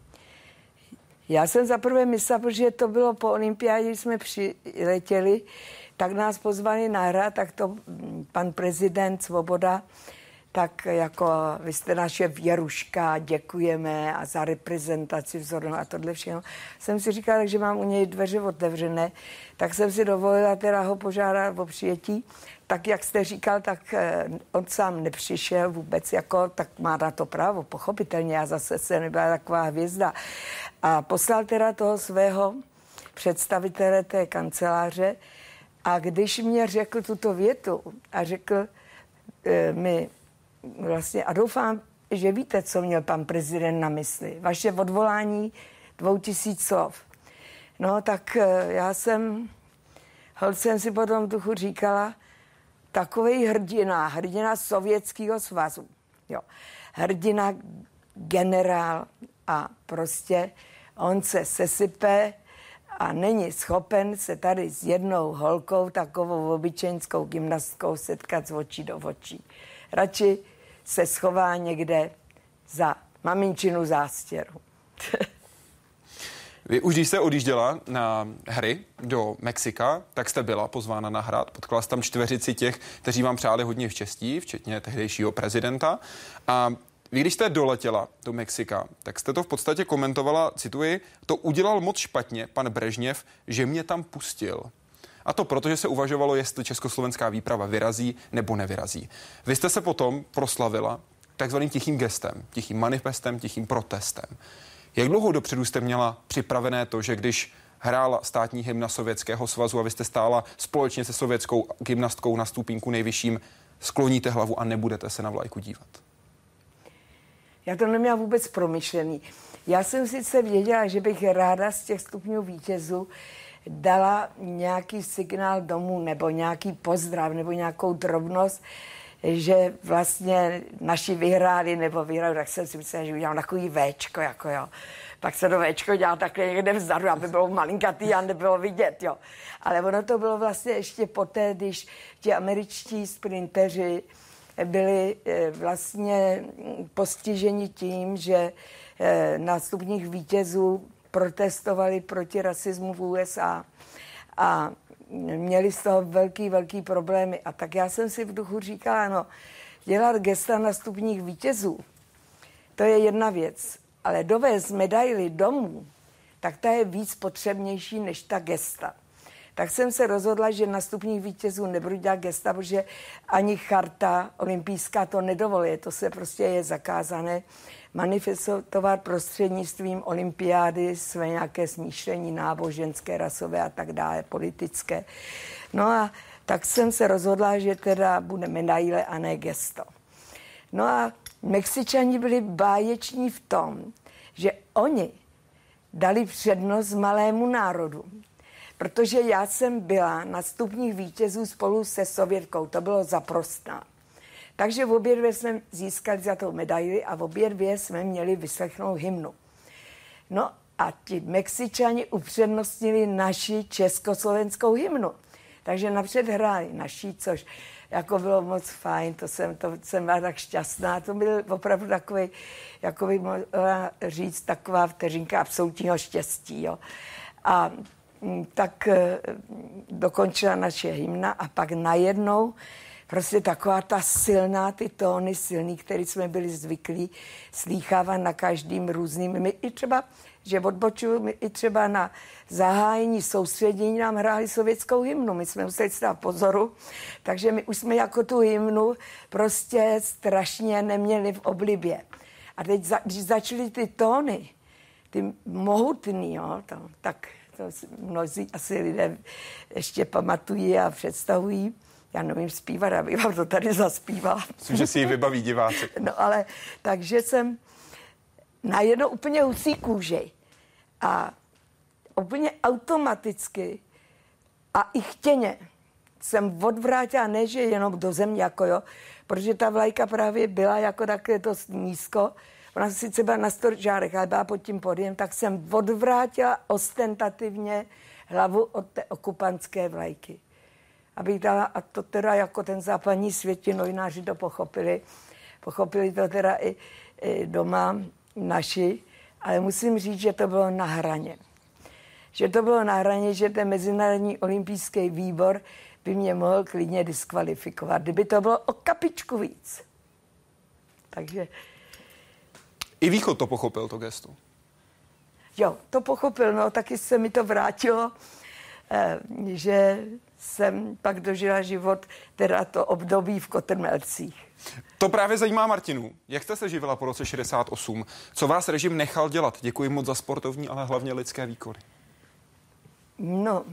já jsem zaprvé myslela, protože to bylo po olympiádě, když jsme přiletěli, tak nás pozvali na hrad, tak to pan prezident Svoboda, tak jako vy jste naše věruška, děkujeme a za reprezentaci vzornou a tohle všechno. Jsem si říkala, že mám u něj dveře otevřené, tak jsem si dovolila teda ho požádat o přijetí. Tak jak jste říkal, tak on sám nepřišel vůbec, jako, tak má na to právo, pochopitelně, já zase jsem nebyla taková hvězda. A poslal teda toho svého představitele té kanceláře a když mě řekl tuto větu a řekl e, mi vlastně, a doufám, že víte, co měl pan prezident na mysli, vaše odvolání dvou tisíc slov. No tak e, já jsem, hol jsem si potom duchu říkala, takovej hrdina, hrdina Sovětského svazu, jo. Hrdina generál a prostě on se sesype a není schopen se tady s jednou holkou, takovou obyčejnskou gymnastkou setkat z očí do očí. Radši se schová někde za maminčinu zástěru. Vy už když jste odjížděla na hry do Mexika, tak jste byla pozvána na hrad. Potkala jste tam čtveřici těch, kteří vám přáli hodně štěstí, včetně tehdejšího prezidenta. A vy, když jste doletěla do Mexika, tak jste to v podstatě komentovala, cituji, to udělal moc špatně pan Brežněv, že mě tam pustil. A to proto, že se uvažovalo, jestli československá výprava vyrazí nebo nevyrazí. Vy jste se potom proslavila takzvaným tichým gestem, tichým manifestem, tichým protestem. Jak dlouho dopředu jste měla připravené to, že když hrála státní hymna Sovětského svazu a vy jste stála společně se sovětskou gymnastkou na stupínku nejvyšším, skloníte hlavu a nebudete se na vlajku dívat? Já to neměla vůbec promyšlený. Já jsem sice věděla, že bych ráda z těch stupňů vítězů dala nějaký signál domů nebo nějaký pozdrav nebo nějakou drobnost, že vlastně naši vyhráli nebo vyhráli, tak jsem si myslela, že udělám takový véčko, jako jo. Pak se to véčko dělá takhle někde vzadu, aby bylo malinkatý a nebylo vidět, jo. Ale ono to bylo vlastně ještě poté, když ti američtí sprinteři byli vlastně postiženi tím, že na stupních vítězů protestovali proti rasismu v U S A a měli z toho velký, velký problémy. A tak já jsem si v duchu říkala, no, dělat gesta na stupních vítězů, to je jedna věc, ale dovést medaili domů, tak ta je víc potřebnější než ta gesta. Tak jsem se rozhodla, že na stupních vítězů nebudu dělat gesta, protože ani charta olympijská to nedovoluje, to se prostě je zakázané manifestovat prostřednictvím olympiády své nějaké smýšlení náboženské, rasové a tak dále, politické. No a tak jsem se rozhodla, že teda bude medaile a ne gesto. No a Mexičani byli báječní v tom, že oni dali přednost malému národu. Protože já jsem byla na stupních vítězů spolu se Sovětkou, to bylo zaprostná. Takže v obě dvě jsme získali za to medaili a v obě dvě jsme měli vyslechnout hymnu. No a ti Mexičani upřednostnili naši československou hymnu. Takže napřed hráli naši, což jako bylo moc fajn, to jsem, to jsem byla tak šťastná. To byl opravdu takový, jako bych mohla říct, taková vteřinka absolutního štěstí. Jo. A tak dokončila naše hymna a pak najednou prostě taková ta silná, ty tóny silný, které jsme byli zvyklí slýchávat na každým různým. My i třeba, že odbočuju, my i třeba na zahájení soustředění nám hráli sovětskou hymnu. My jsme museli stát pozoru, takže my už jsme jako tu hymnu prostě strašně neměli v oblibě. A teď, za, když začaly ty tóny, ty mohutný, jo, to, tak to mnozí asi lidé ještě pamatují a představují. Já nevím zpívat, abych vám to tady zaspívala. Myslím, že si ji vybaví diváci. No ale, takže jsem najednou úplně husí kůži a úplně automaticky a i chtěně jsem odvrátila, ne, že jenom do země, jako jo, protože ta vlajka právě byla jako takhle dost nízko. Ona sice byla na sto žárech, ale byla pod tím podiem, tak jsem odvrátila ostentativně hlavu od té okupantské vlajky. Abych dala, a to teda jako ten západní svět, ti novináři to pochopili, pochopili to teda i, i doma naši, ale musím říct, že to bylo na hraně. Že to bylo na hraně, že ten Mezinárodní olympijský výbor by mě mohl klidně diskvalifikovat, kdyby to bylo o kapičku víc. Takže... I Východ to pochopil, to gesto. Jo, to pochopil, no, taky se mi to vrátilo, eh, že jsem pak dožila život, teda to období v Kotrmelcích. To právě zajímá Martinu. Jak jste se živila po roce šedesát osm? Co vás režim nechal dělat? Děkuji moc za sportovní, ale hlavně lidské výkony. No,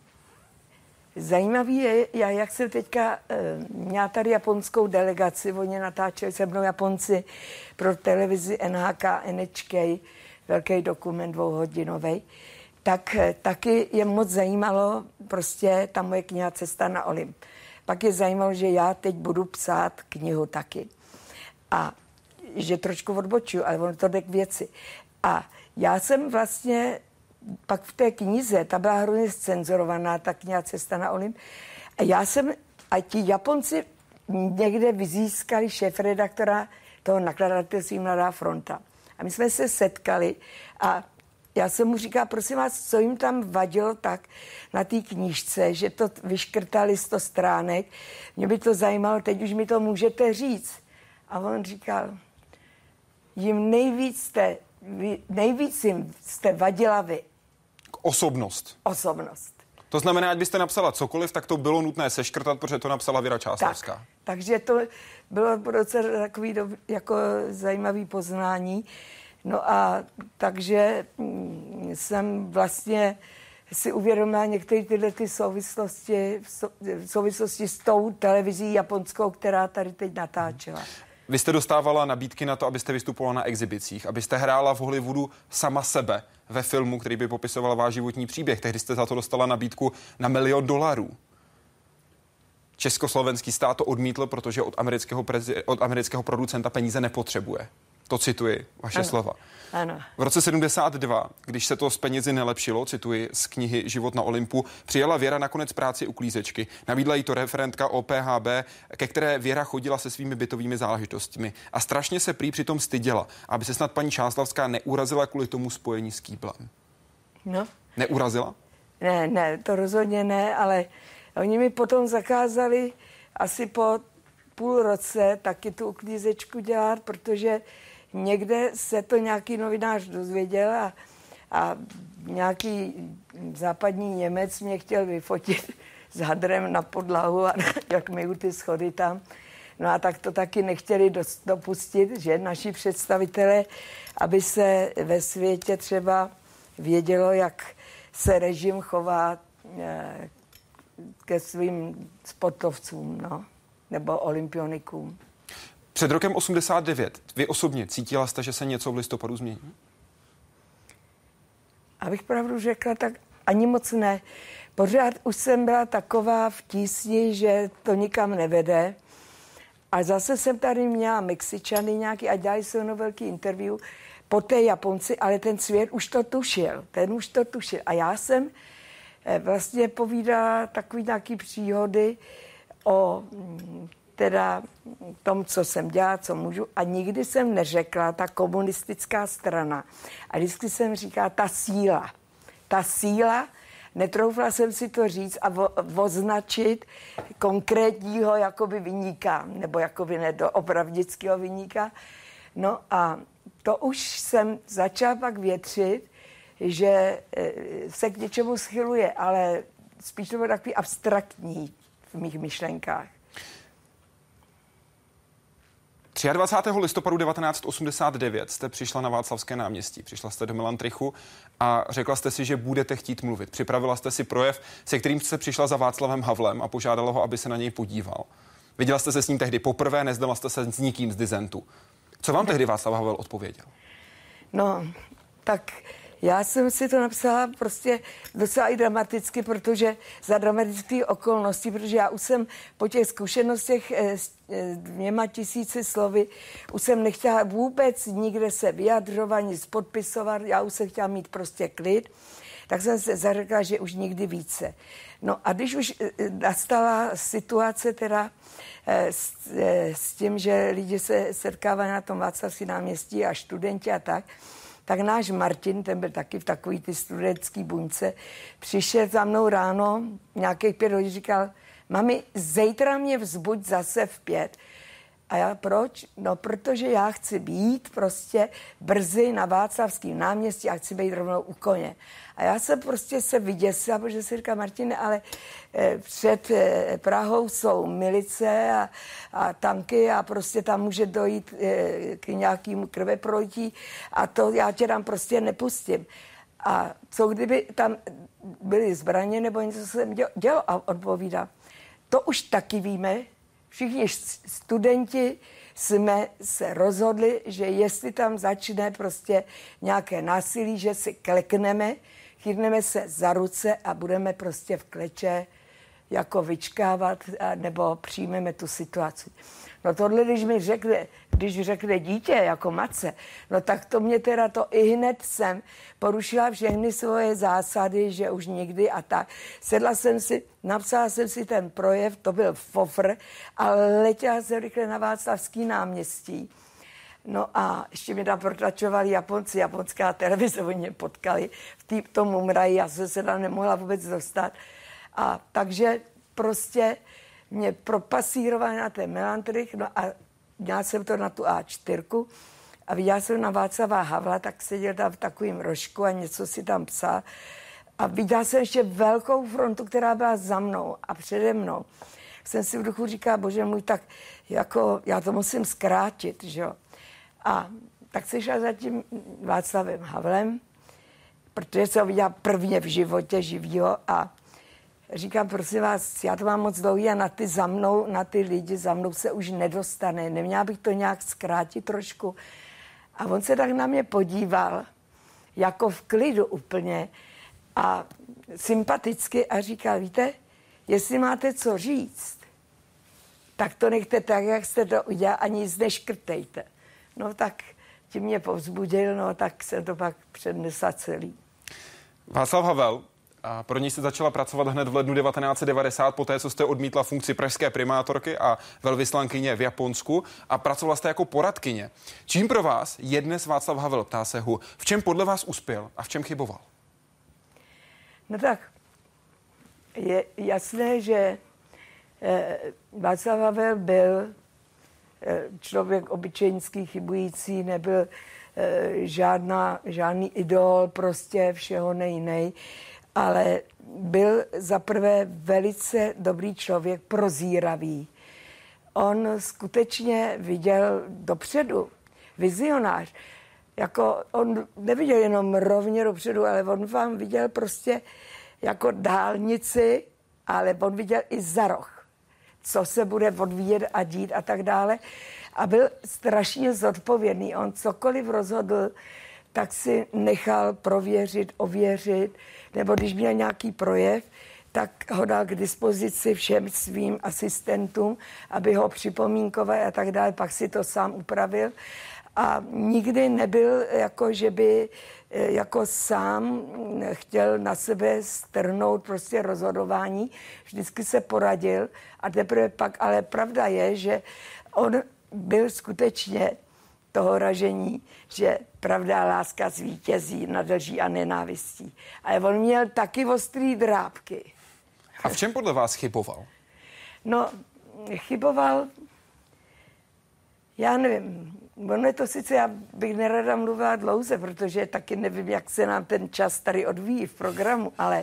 zajímavý je, já jak jsem teďka e, měla tady japonskou delegaci, oni natáčeli se mnou Japonci pro televizi N H K, N H K, velký dokument dvouhodinový, tak e, taky je moc zajímalo prostě ta moje kniha Cesta na Olymp. Pak je zajímalo, že já teď budu psát knihu taky. A že trošku odbočuju, ale ono to jde k věci. A já jsem vlastně pak v té knize, ta byla hrozně zcenzurovaná, ta kniha Cesta na Olymp. A já jsem, a ti Japonci někde vyzískali šéfredaktora toho nakladatelství Mladá fronta. A my jsme se setkali a já jsem mu říkala, prosím vás, co jim tam vadilo tak na té knížce, že to vyškrtali sto stránek. Mě by to zajímalo, teď už mi to můžete říct. A on říkal, jim nejvíc jste, nejvíc jim jste vadila vy. Osobnost. Osobnost. To znamená, ať byste napsala cokoliv, tak to bylo nutné seškrtat, protože to napsala Věra Čáslavská. Tak, takže to bylo docela takový do, jako zajímavý poznání. No a takže jsem vlastně si uvědomila některé tyhle ty souvislosti v souvislosti s tou televizí japonskou, která tady teď natáčela. Vy jste dostávala nabídky na to, abyste vystupovala na exhibicích, abyste hrála v Hollywoodu sama sebe ve filmu, který by popisoval váš životní příběh. Tehdy jste za to dostala nabídku na milion dolarů. Československý stát to odmítl, protože od amerického, prezi- od amerického producenta peníze nepotřebuje. To cituji, vaše ano, slova. Ano. V roce sedmdesát dva, když se to z penězi nelepšilo, cituji z knihy Život na Olympu, přijela Věra nakonec práci uklízečky. Nabídla jí to referentka O P H B, ke které Věra chodila se svými bytovými záležitostmi. A strašně se prý přitom styděla, aby se snad paní Čáslavská neurazila kvůli tomu spojení s kýblem. No. Neurazila? Ne, ne, to rozhodně ne, ale oni mi potom zakázali asi po půl roce taky tu uklízečku dělat, protože někde se to nějaký novinář dozvěděl a, a nějaký západní Němec mě chtěl vyfotit s hadrem na podlahu a jak myju ty schody tam. No a tak to taky nechtěli dopustit, že naši představitelé, aby se ve světě třeba vědělo, jak se režim chová ke svým sportovcům, no, nebo olympionikům. Před rokem osmdesát devět vy osobně cítila jste, že se něco v listopadu změní? Abych pravdu řekla, tak ani moc ne. Pořád už jsem byla taková v tísni, že to nikam nevede. A zase jsem tady měla Mexičany nějaký a dělali se ono velký interview po té Japonci, ale ten svět už to tušil. Ten už to tušil. A já jsem vlastně povídala takový nějaký příhody o teda tom, co jsem dělala, co můžu. A nikdy jsem neřekla ta komunistická strana. A vždycky jsem říkala ta síla. Ta síla, netroufla jsem si to říct a vo, označit konkrétního jakoby viníka, nebo jakoby ne do opravdického viníka. No a to už jsem začala pak větřit, že se k něčemu schyluje, ale spíš to bylo takový abstraktní v mých myšlenkách. dvacátého třetího listopadu devatenáct osmdesát devět jste přišla na Václavské náměstí. Přišla jste do Melantrichu a řekla jste si, že budete chtít mluvit. Připravila jste si projev, se kterým jste přišla za Václavem Havlem a požádala ho, aby se na něj podíval. Viděla jste se s ním tehdy poprvé, neznala jste se s nikým z dizentu. Co vám tehdy Václav Havel odpověděl? No, tak já jsem si to napsala prostě docela i dramaticky, protože za dramatické okolnosti, protože já už jsem po těch zkušenostech s dvěma tisíci slovy, už jsem nechtěla vůbec nikde se vyjadřovat, nic podpisovat, já už jsem chtěla mít prostě klid, tak jsem se zařekla, že už nikdy více. No a když už nastala situace teda s, s tím, že lidi se setkávají na tom Václavském náměstí a studenti a tak, tak náš Martin, ten byl taky v takový ty studentský buňce, přišel za mnou ráno, nějakých pět hodin, říkal, mami, zítra mě vzbuď zase v pět. A já proč? No, protože já chci být prostě brzy na Václavském náměstí a chci být rovnou u koně. A já jsem prostě se vyděsila, protože si říkala, Martine, ale eh, před eh, Prahou jsou milice a, a tanky a prostě tam může dojít eh, k nějakému krveprolití a to já tě tam prostě nepustím. A co kdyby tam byly zbraně nebo něco jsem dělal? A odpovídá, to už taky víme, všichni studenti jsme se rozhodli, že jestli tam začne prostě nějaké násilí, že si klekneme, chytneme se za ruce a budeme prostě v kleče jako vyčkávat nebo přijmeme tu situaci. No tohle, když mi řekne, když řekne dítě jako matce, no tak to mě teda to i hned jsem porušila všechny svoje zásady, že už nikdy a tak. Sedla jsem si, napsala jsem si ten projev, to byl fofr, a letěla jsem rychle na Václavský náměstí. No a ještě mě tam protlačovali Japonci, japonská televize, oni mě potkali v tý, tomu mraji, já jsem se tam nemohla vůbec dostat. A takže prostě mě propasírovali na ten Melantrich, no a měla jsem to na tu á čtyři a viděla jsem na Václava Havla, tak seděl tam v takovým rožku a něco si tam psal. A viděla jsem ještě velkou frontu, která byla za mnou a přede mnou. Jsem si v duchu říkala, bože můj, tak jako já to musím zkrátit, že jo. A tak se šla za tím Václavem Havlem, protože jsem ho viděla prvně v životě živýho a říkám, prosím vás, já to mám moc dlouhý a na ty za mnou, na ty lidi za mnou se už nedostane. Neměla bych to nějak zkrátit trošku. A on se tak na mě podíval, jako v klidu úplně a sympaticky a říkal, víte, jestli máte co říct, tak to nechte tak, jak jste to udělal a nic neškrtejte. No tak tím mě povzbudil, no tak se to pak přednesla celý. Václav Havel, a pro něj jste začala pracovat hned v lednu devatenáct set devadesát, poté, co jste odmítla funkci pražské primátorky a velvyslankyně v Japonsku a pracovala jste jako poradkyně. Čím pro vás je dnes Václav Havel, ptá se Hu, v čem podle vás uspěl a v čem chyboval? No tak, je jasné, že eh, Václav Havel byl eh, člověk obyčejnický, chybující, nebyl eh, žádná, žádný idol, prostě všeho nejnej, ale byl zaprvé velice dobrý člověk, prozíravý. On skutečně viděl dopředu, vizionář. Jako on neviděl jenom rovně dopředu, ale on vám viděl prostě jako dálnici, ale on viděl i za roh, co se bude odvíjet a dít a tak dále. A byl strašně zodpovědný. On cokoliv rozhodl, tak si nechal prověřit, ověřit, nebo když měl nějaký projev, tak ho dal k dispozici všem svým asistentům, aby ho připomínkovali a tak dále, pak si to sám upravil. A nikdy nebyl jako, že by jako sám chtěl na sebe strhnout prostě rozhodování. Vždycky se poradil a teprve pak, ale pravda je, že on byl skutečně toho ražení, že pravda a láska zvítězí nad lží a nenávistí. Ale on měl taky ostrý drápky. A v čem podle vás chyboval? No, chyboval, já nevím, ono je to sice, já bych nerada mluvila dlouze, protože taky nevím, jak se nám ten čas tady odvíjí v programu, ale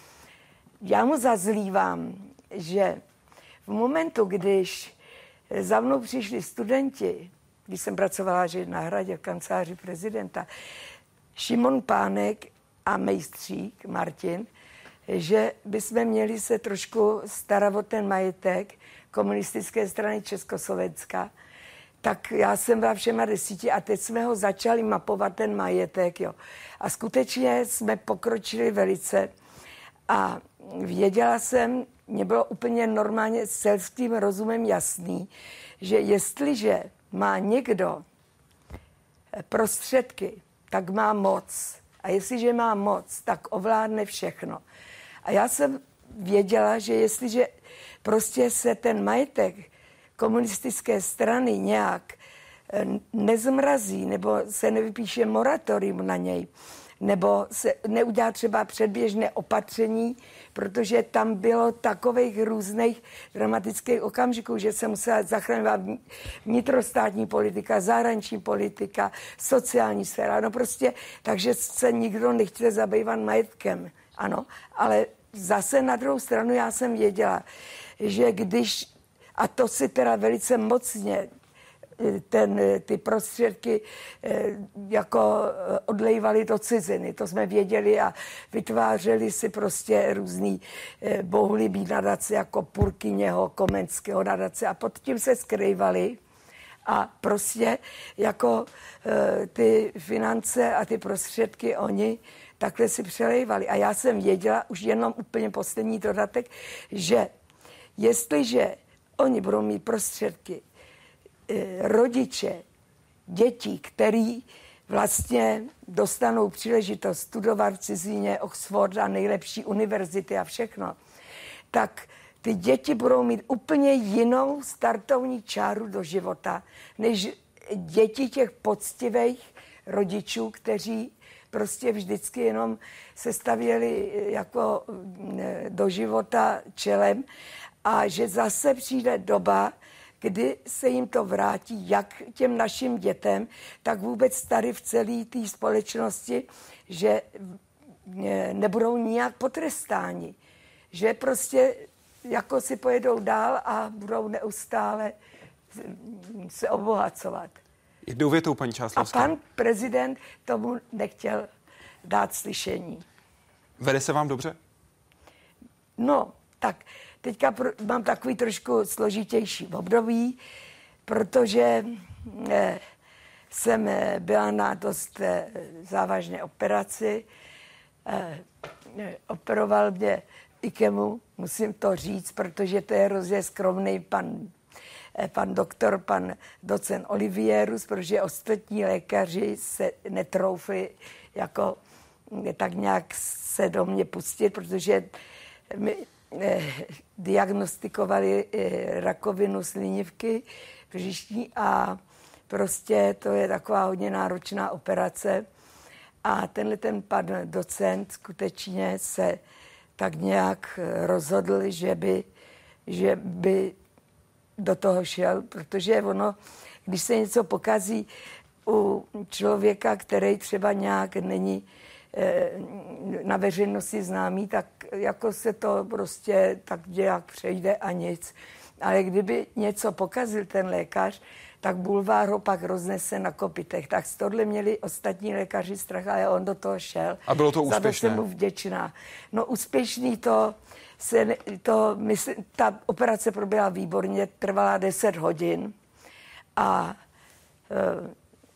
já mu zazlívám, že v momentu, když za mnou přišli studenti, když jsem pracovala že na Hradě v kanceláři prezidenta, Šimon Pánek a mejstřík Martin, že bychom měli se trošku starat o ten majetek komunistické strany Československa, tak já jsem byla všema desíti a teď jsme ho začali mapovat, ten majetek. Jo. A skutečně jsme pokročili velice a věděla jsem, mě bylo úplně normálně selským rozumem jasný, že jestliže má někdo prostředky, tak má moc. A jestliže má moc, tak ovládne všechno. A já jsem věděla, že jestliže prostě se ten majetek komunistické strany nějak nezmrazí, nebo se nevypíše moratorium na něj, nebo se neudělá třeba předběžné opatření, protože tam bylo takových různých dramatických okamžiků, že se musela zachraňovat vnitrostátní politika, zahraniční politika, sociální sféra, no prostě, takže se nikdo nechce zabývat majetkem, ano, ale zase na druhou stranu já jsem věděla, že když, a to si teda velice mocně ten, ty prostředky jako odlejvali do ciziny. To jsme věděli a vytvářeli si prostě různý bohulibý nadace jako Purkyněho, Komenského nadace a pod tím se skrývali a prostě jako ty finance a ty prostředky oni takhle si přelejvali. A já jsem věděla, už jenom úplně poslední dodatek, že jestliže oni budou mít prostředky, rodiče dětí, který vlastně dostanou příležitost studovat v cizině, Oxford a nejlepší univerzity a všechno, tak ty děti budou mít úplně jinou startovní čáru do života, než děti těch poctivých rodičů, kteří prostě vždycky jenom se stavěli jako do života čelem a že zase přijde doba, kdy se jim to vrátí jak těm našim dětem, tak vůbec tady v celé té společnosti, že nebudou nijak potrestáni. Že prostě jako si pojedou dál a budou neustále se obohacovat. Jednou větou, paní Čáslavská. A pan prezident tomu nechtěl dát slyšení. Vede se vám dobře? No, tak teďka pro, mám takový trošku složitější období, protože eh, jsem eh, byla na dost eh, závažné operaci. Eh, operoval mě IKEMu, musím to říct, protože to je hrozně skromný pan, eh, pan doktor, pan docent Olivierus, protože ostatní lékaři se netroufli jako tak nějak se do mě pustit, protože mi eh, diagnostikovali eh, rakovinu slinivky břišní a prostě to je taková hodně náročná operace. A tenhle ten pan docent skutečně se tak nějak rozhodl, že by, že by do toho šel, protože ono, když se něco pokazí u člověka, který třeba nějak není na veřejnosti známý, tak jako se to prostě tak nějak přejde a nic. Ale kdyby něco pokazil ten lékař, tak bulvár ho pak roznese na kopitech. Tak z tohle měli ostatní lékaři strach, ale on do toho šel. A bylo to úspěšné? Za to jsem mu vděčná. No úspěšný to, se, to mysl, ta operace proběhla výborně, trvala deset hodin a e,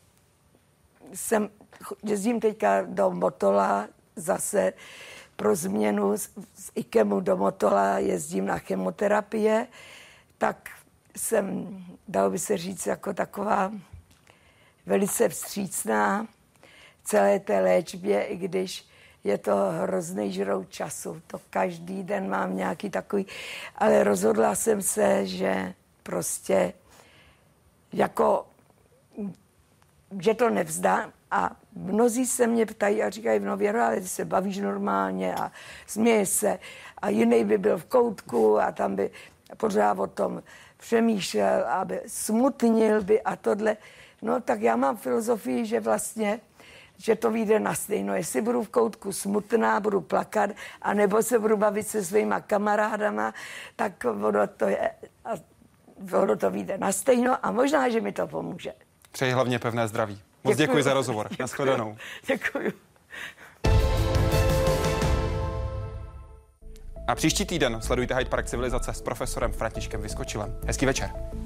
jsem, jezdím teďka do Motola zase pro změnu z, z IKEMu do Motola, jezdím na chemoterapie, tak jsem, dalo by se říct, jako taková velice vstřícná celé té léčbě, i když je to hrozný žrout času. To každý den mám nějaký takový, ale rozhodla jsem se, že prostě jako, že to nevzdám. A mnozí se mě ptají a říkají, no Věro, ale ty se bavíš normálně a směje se. A jiný by byl v koutku a tam by pořád o tom přemýšlel, aby smutnil by a tohle. No tak já mám filozofii, že vlastně, že to vyjde na stejno. Jestli budu v koutku smutná, budu plakat, anebo se budu bavit se svýma kamarádama, tak ono to je, a ono to vyjde na stejno a možná, že mi to pomůže. Přeji hlavně pevné zdraví. Moc děkuji, děkuji za rozhovor. Nashledanou. Děkuji. A příští týden sledujte Hyde Park civilizace s profesorem Františkem Vyskočilem. Hezký večer.